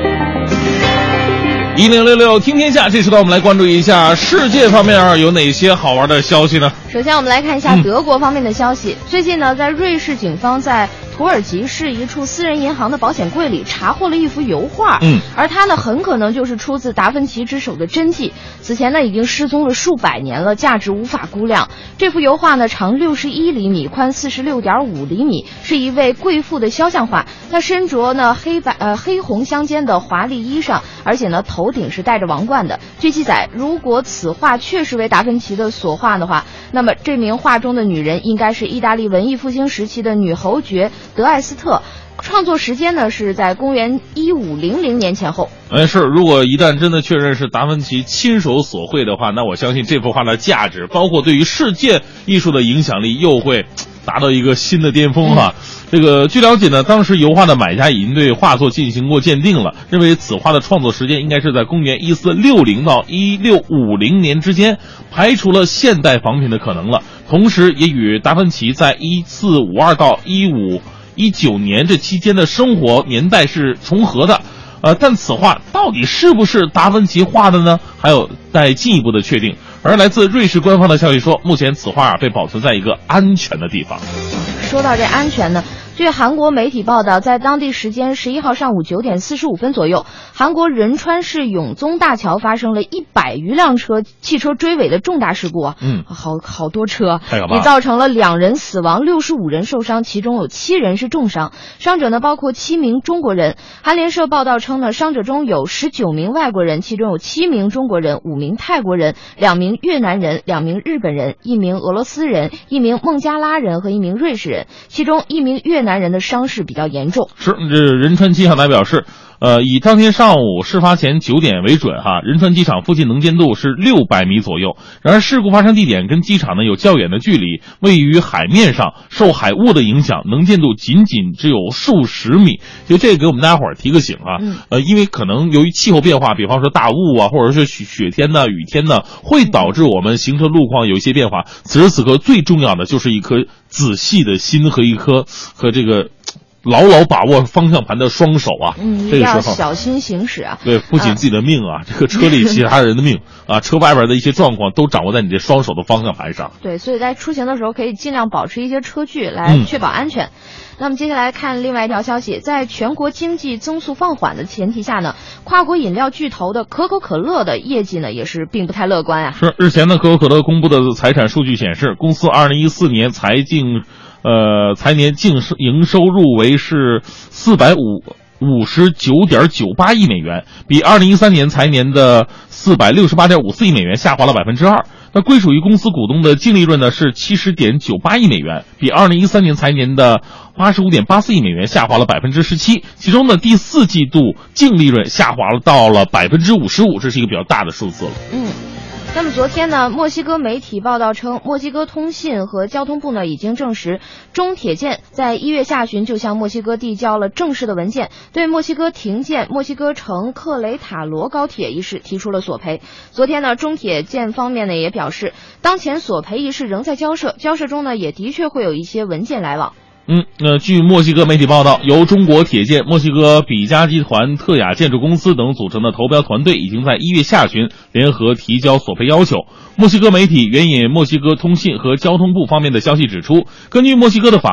一零六六听天下，这时段我们来关注一下世界方面有哪些好玩的消息呢？ 首先我们来看一下德国方面的消息、嗯、最近呢，在瑞士警方在土耳其市一处私人银行的保险柜里查获了一幅油画， 嗯， 而它呢很可能就是出自达芬奇之手的真迹。此前呢已经失踪了数百年了，价值无法估量。这幅油画呢长六十一厘米，宽四十六点五厘米，是一位贵妇的肖像画。她身着呢黑白呃黑红相间的华丽衣裳，而且呢头顶是戴着王冠的。据记载，如果此画确实为达芬奇的所画的话，那么这名画中的女人应该是意大利文艺复兴时期的女侯爵德艾斯特，创作时间呢是在公元一五零零年前后。 哎，是，如果一旦真的确认是达芬奇亲手所绘的话，那我相信这幅画的价值，包括对于世界艺术的影响力，又会达到一个新的巅峰哈。嗯、这个据了解呢，当时油画的买家已经对画作进行过鉴定了，认为此画的创作时间应该是在公元一四六零到一六五零年之间，排除了现代仿品的可能了。同时也与达芬奇在一四五二到一五一九年这期间的生活年代是重合的。呃，但此画到底是不是达芬奇画的呢？还有待进一步的确定。而来自瑞士官方的消息说，目前此画啊被保存在一个安全的地方。 说到这安全呢，据韩国媒体报道，在当地时间十一号上午九点四十五分左右，韩国仁川市永宗大桥发生了一百余辆车汽车追尾的重大事故啊！ 嗯， 好好多车， 太可怕了， 也造成了两人死亡，六十五人受伤，其中有七人是重伤，伤者呢包括七名中国人。韩联社报道称呢，伤者中有十九名外国人，其中有七名中国人，五名泰国人，两名越南人，两名日本人，一名俄罗斯人，一名孟加拉人和一名瑞士人，其中一名越南人的伤势比较严重。 是，这仁川机场台表示，呃，以当天上午事发前九点为准哈，仁川机场附近能见度是六百米左右。然而事故发生地点跟机场呢有较远的距离，位于海面上，受海雾的影响，能见度仅仅只有数十米。就这个给我们大家伙儿提个醒啊， 嗯、 呃，因为可能由于气候变化，比方说大雾啊，或者是雪天呢、雨天呢，会导致我们行车路况有一些变化。此时此刻最重要的就是一颗仔细的心和一颗和这个牢牢把握方向盘的双手啊！ 嗯， 这个时候小心行驶啊！ 对，不仅自己的命啊，啊这个车里其他人的命啊，车外边的一些状况都掌握在你这双手的方向盘上。 对，所以在出行的时候可以尽量保持一些车距来确保安全。嗯、那么接下来看另外一条消息，在全国经济增速放缓的前提下呢，跨国饮料巨头的可口可乐的业绩呢也是并不太乐观啊。 是，日前呢，可口可乐公布的财产数据显示，公司二零一四年财净。呃，财年净营收入为是四百五五十九点九八亿美元，比二零一三年财年的四百六十八点五四亿美元下滑了百分之二。那归属于公司股东的净利润呢是七十点九八亿美元，比二零一三年财年的八十五点八四亿美元下滑了百分之十七。其中呢，第四季度净利润下滑了到了百分之五十五，这是一个比较大的数字了。 嗯。那么昨天呢，墨西哥媒体报道称，墨西哥通信和交通部呢已经证实，中铁建在一月下旬就向墨西哥递交了正式的文件，对墨西哥停建墨西哥城克雷塔罗高铁一事提出了索赔。昨天呢，中铁建方面呢也表示，当前索赔一事仍在交涉，交涉中呢也的确会有一些文件来往。 嗯，呃，据墨西哥媒体报道，由中国铁建、墨西哥比加集团、特雅建筑公司等组成的投标团队已经在一月下旬联合提交索赔要求。墨西哥媒体援引墨西哥通信和交通部方面的消息指出，根据墨西哥的法律，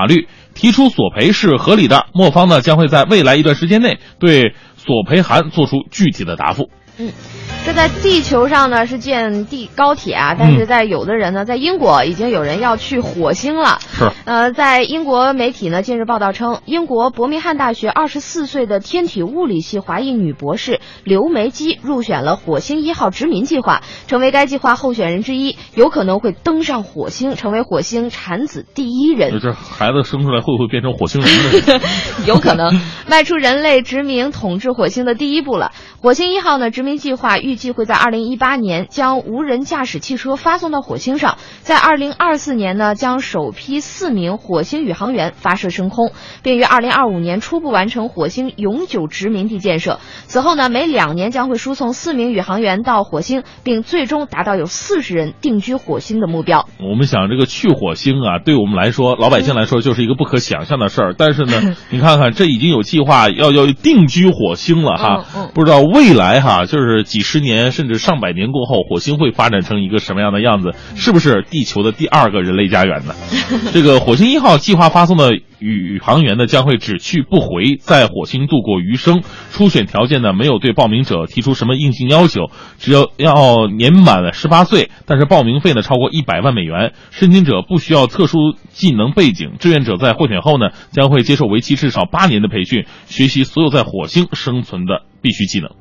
提出索赔是合理的，莫方呢将会在未来一段时间内对索赔函做出具体的答复。 嗯，这在地球上呢是建地高铁啊，但是在有的人呢，在英国已经有人要去火星了。 是。 呃，在英国媒体呢近日报道称，英国伯明翰大学二十四岁的天体物理系华裔女博士刘梅基入选了火星一号殖民计划，成为该计划候选人之一，有可能会登上火星，成为火星产子第一人。 这孩子生出来会不会变成火星人呢？ 有可能，迈出人类殖民统治火星的第一步了。火星一号呢殖民计划预计会在二零一八年将无人驾驶汽车发送到火星上，在二零二四年呢将首批四名火星宇航员发射升空，并于二零二五年初步完成火星永久殖民地建设。此后呢，每两年将会输送四名宇航员到火星，并最终达到有四十人定居火星的目标。 我们想这个去火星啊，对我们来说，老百姓来说就是一个不可想象的事儿。但是呢，你看看这已经有计划要要定居火星了哈， 嗯嗯、 不知道未来哈，就是几十年甚至上百年过后，火星会发展成一个什么样的样子？是不是地球的第二个人类家园呢？这个火星一号计划发送的宇航员呢，将会只去不回，在火星度过余生。初选条件呢，没有对报名者提出什么硬性要求，只要要年满十八岁，但是报名费呢超过一百万美元。申请者不需要特殊技能背景，志愿者在获选后呢，将会接受为期至少八年的培训，学习所有在火星生存的必须技能。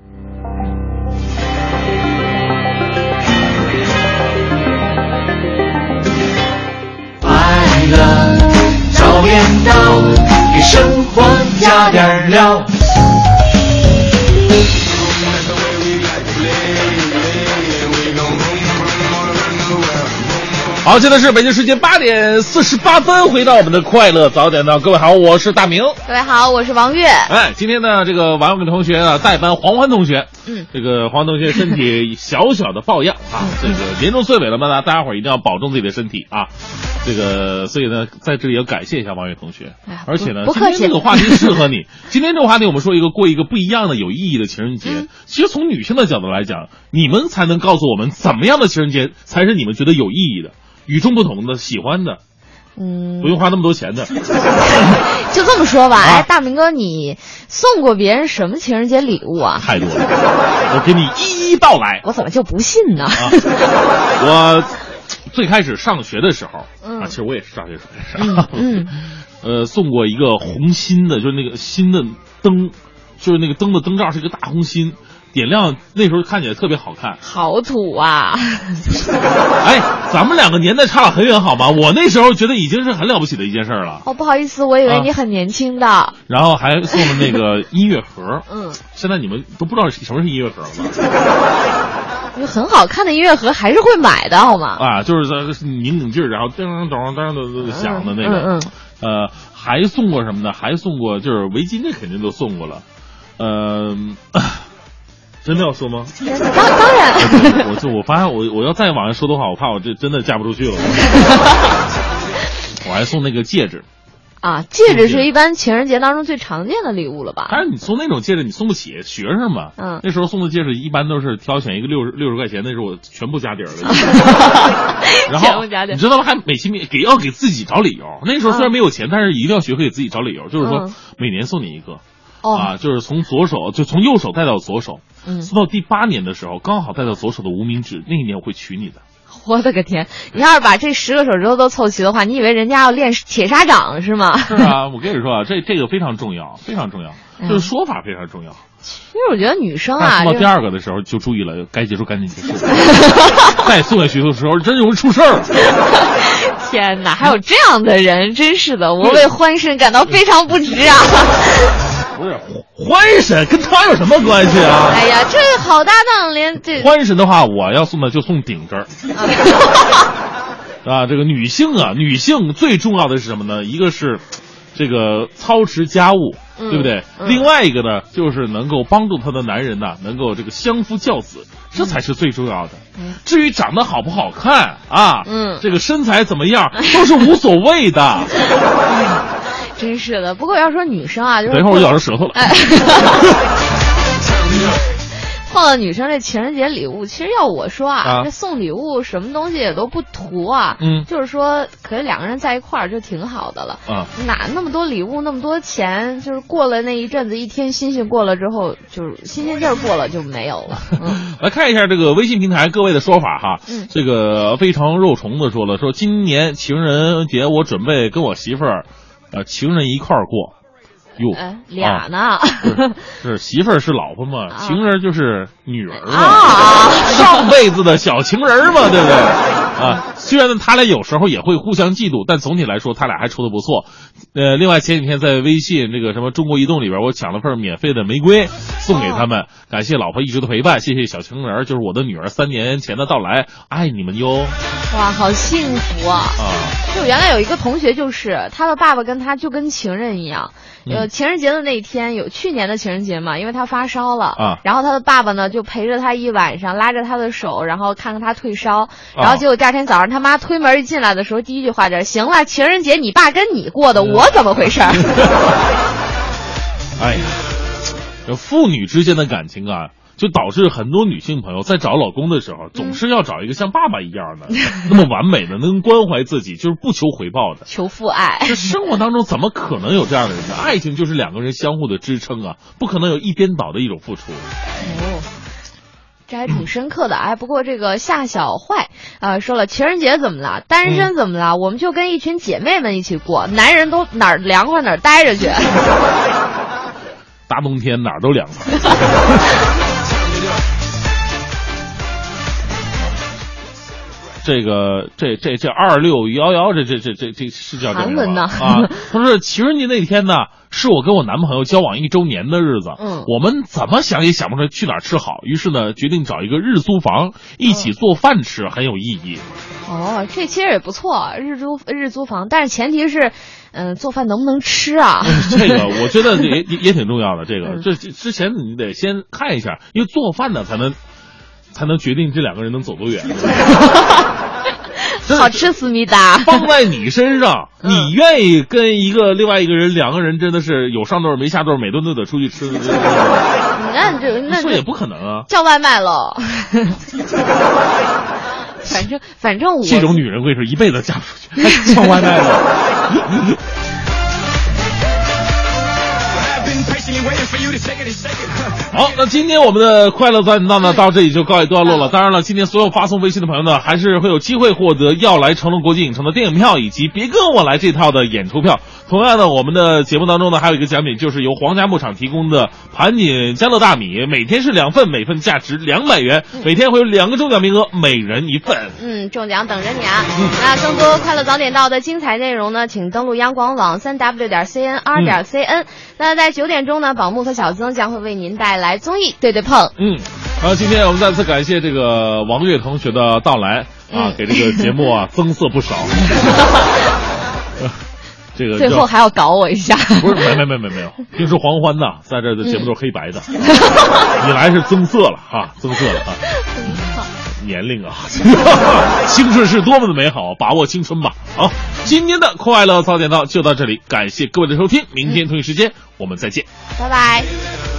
快乐早点到，给生活加点料。 好，现在是北京时间八点四十八分，回到我们的快乐早点到。各位好，我是大明。 各位好，我是王悦。 哎，今天呢，这个王伟同学呢代班黄欢同学。 嗯， 这个黄同学身体小小的抱恙啊，这个年终岁尾了嘛，大家伙儿一定要保重自己的身体啊。这个，所以呢，在这里要感谢一下王悦同学，而且呢，今天这个话题适合你。今天这个话题，我们说一个过一个不一样的、有意义的情人节。嗯、其实从女性的角度来讲，你们才能告诉我们怎么样的情人节才是你们觉得有意义的、与众不同的、喜欢的。 嗯， 不用花那么多钱的。 就这么说吧，啊、哎，大明哥，你送过别人什么情人节礼物啊？ 太多了，我给你一一道来。 我怎么就不信呢？ 啊、我。最开始上学的时候，嗯、啊，其实我也是上学时候， 嗯， 呃，送过一个红心的，就是那个新的灯，就是那个灯的灯罩是一个大红心，点亮，那时候看起来特别好看。 好土啊！ 哎，咱们两个年代差了很远，好吗？我那时候觉得已经是很了不起的一件事了。 哦，不好意思，我以为你很年轻的。啊、 然后还送了那个音乐盒， 嗯， 现在你们都不知道什么是音乐盒了吧？ 很好看的音乐盒还是会买的，好吗？ 啊，就是在拧拧劲儿，然后噔噔噔噔的响的那个。 嗯嗯。 呃，还送过什么呢？还送过就是围巾，这肯定都送过了。呃，真的要说吗？ 当当然。 我就我发现我我要再往上说的话，我怕我这真的嫁不出去了。我还送那个戒指。 啊，戒指是一般情人节当中最常见的礼物了吧？ 但是你送那种戒指你送不起，学生嘛。 嗯。 那时候送的戒指一般都是挑选一个六十六十块钱，那时候我全部加底儿了。然后你知道吗？还美其名给要给自己找理由。那时候虽然没有钱，嗯、但是一定要学会给自己找理由，就是说、嗯、每年送你一个。 哦。 啊，就是从左手就从右手戴到左手， 嗯， 送到第八年的时候，刚好戴到左手的无名指，那一年我会娶你的。 我的个天！你要是把这十个手指头都凑齐的话，你以为人家要练铁砂掌是吗？ 是啊，我跟你说啊，这这个非常重要，非常重要，就是说法非常重要。 其实我觉得女生啊， 送到第二个的时候就注意了，该结束赶紧结束。再送下去的时候，真容易出事儿。 天哪，还有这样的人，真是的，我为欢神感到非常不值啊！ 不是欢神跟他有什么关系啊？ 哎呀，这好搭档，连这欢神的话，我要送的就送顶针儿。啊，这个女性啊，女性最重要的是什么呢？一个是这个操持家务， 嗯、 对不对？ 嗯、 另外一个呢，就是能够帮助她的男人呢，能够这个相夫教子，这才是最重要的。 嗯、 至于长得好不好看啊， 嗯， 这个身材怎么样，都是无所谓的。 真是的，不过要说女生啊，就是等一会儿我咬着舌头了。 哎碰到女生这情人节礼物，其实要我说啊， 啊这送礼物什么东西也都不图啊， 嗯就是说可以两个人在一块儿就挺好的了啊， 哪那么多礼物那么多钱，就是过了那一阵子，一天新鲜过了之后，就是新鲜劲儿过了就没有了。嗯， 来看一下这个微信平台各位的说法哈， 嗯这个非常肉虫的说了，说今年情人节我准备跟我媳妇儿，呃，情人一块儿过。哟， 哎，俩呢？ 啊、是, 是媳妇儿是老婆嘛， 啊、 情人就是女儿嘛， 啊， 上辈子的小情人嘛，对不对？啊，虽然呢他俩有时候也会互相嫉妒，但总体来说他俩还处得不错。呃，另外前几天在微信这个什么中国移动里边，我抢了份免费的玫瑰送给他们，哦、感谢老婆一直的陪伴，谢谢小情人，就是我的女儿三年前的到来，爱你们哟。 哇，好幸福啊！ 啊， 就原来有一个同学，就是他的爸爸跟他就跟情人一样。呃，情人节的那一天，有去年的情人节嘛，因为他发烧了啊， 然后他的爸爸呢就陪着他一晚上，拉着他的手，然后看看他退烧，然后结果第二天早上他妈推门一进来的时候，第一句话就是：行了，情人节你爸跟你过的，我怎么回事？ 哎呀，这父女之间的感情啊，就导致很多女性朋友在找老公的时候，总是要找一个像爸爸一样的，那么完美的，能关怀自己，就是不求回报的， 求父爱。 这生活当中怎么可能有这样的人呢？爱情就是两个人相互的支撑啊，不可能有一边倒的一种付出。 哦，这还挺深刻的。哎，不过这个夏小坏啊、呃、说了，情人节怎么了？单身怎么了？嗯、我们就跟一群姐妹们一起过，男人都哪儿凉快哪儿待着去。 大冬天哪儿都凉快。这个这这这二六幺幺这这这这这是叫这韩文呢啊？他说情人节那天呢，是我跟我男朋友交往一周年的日子。 嗯， 我们怎么想也想不出来去哪儿吃好，于是呢决定找一个日租房一起做饭吃，嗯、很有意义。 哦，这其实也不错，日租日租房，但是前提是，嗯、呃，做饭能不能吃啊？ 这个我觉得也也也挺重要的。这个这之前你得先看一下，因为做饭呢才能。才能决定这两个人能走多远。 好吃思密达， 放在你身上，嗯、你愿意跟一个另外一个人，两个人真的是有上顿没下顿，每顿都得出去吃。 那这那说也不可能啊， 叫外卖了。反正反正我这种女人会是一辈子嫁不出去，还叫外卖了。好，那今天我们的快乐早点到呢，到这里就告一段落了。当然了，今天所有发送微信的朋友呢，还是会有机会获得要来成龙国际影城的电影票，以及别跟我来这套的演出票。同样的，我们的节目当中呢，还有一个奖品，就是由皇家牧场提供的盘锦家乐大米，每天是两份，每份价值两百元，每天会有两个中奖名额，每人一份。 嗯，中奖等着你啊！嗯、那更多快乐早点到的精彩内容呢，请登录央广网三 w 点 c n r 点 c n。那在九点钟呢，宝木和小曾将会为您带来综艺对对碰。 嗯，好，今天我们再次感谢这个王悦同学的到来啊， 嗯、 给这个节目啊增色不少。这个最后还要搞我一下？ 不是，没没没没没有，平时黄欢呐，在这的节目都是黑白的，嗯、你来是增色了哈，增色了啊。年龄啊，青春是多么的美好，把握青春吧！好，今天的快乐早点到就到这里，感谢各位的收听，明天同一时间我们再见， 拜拜。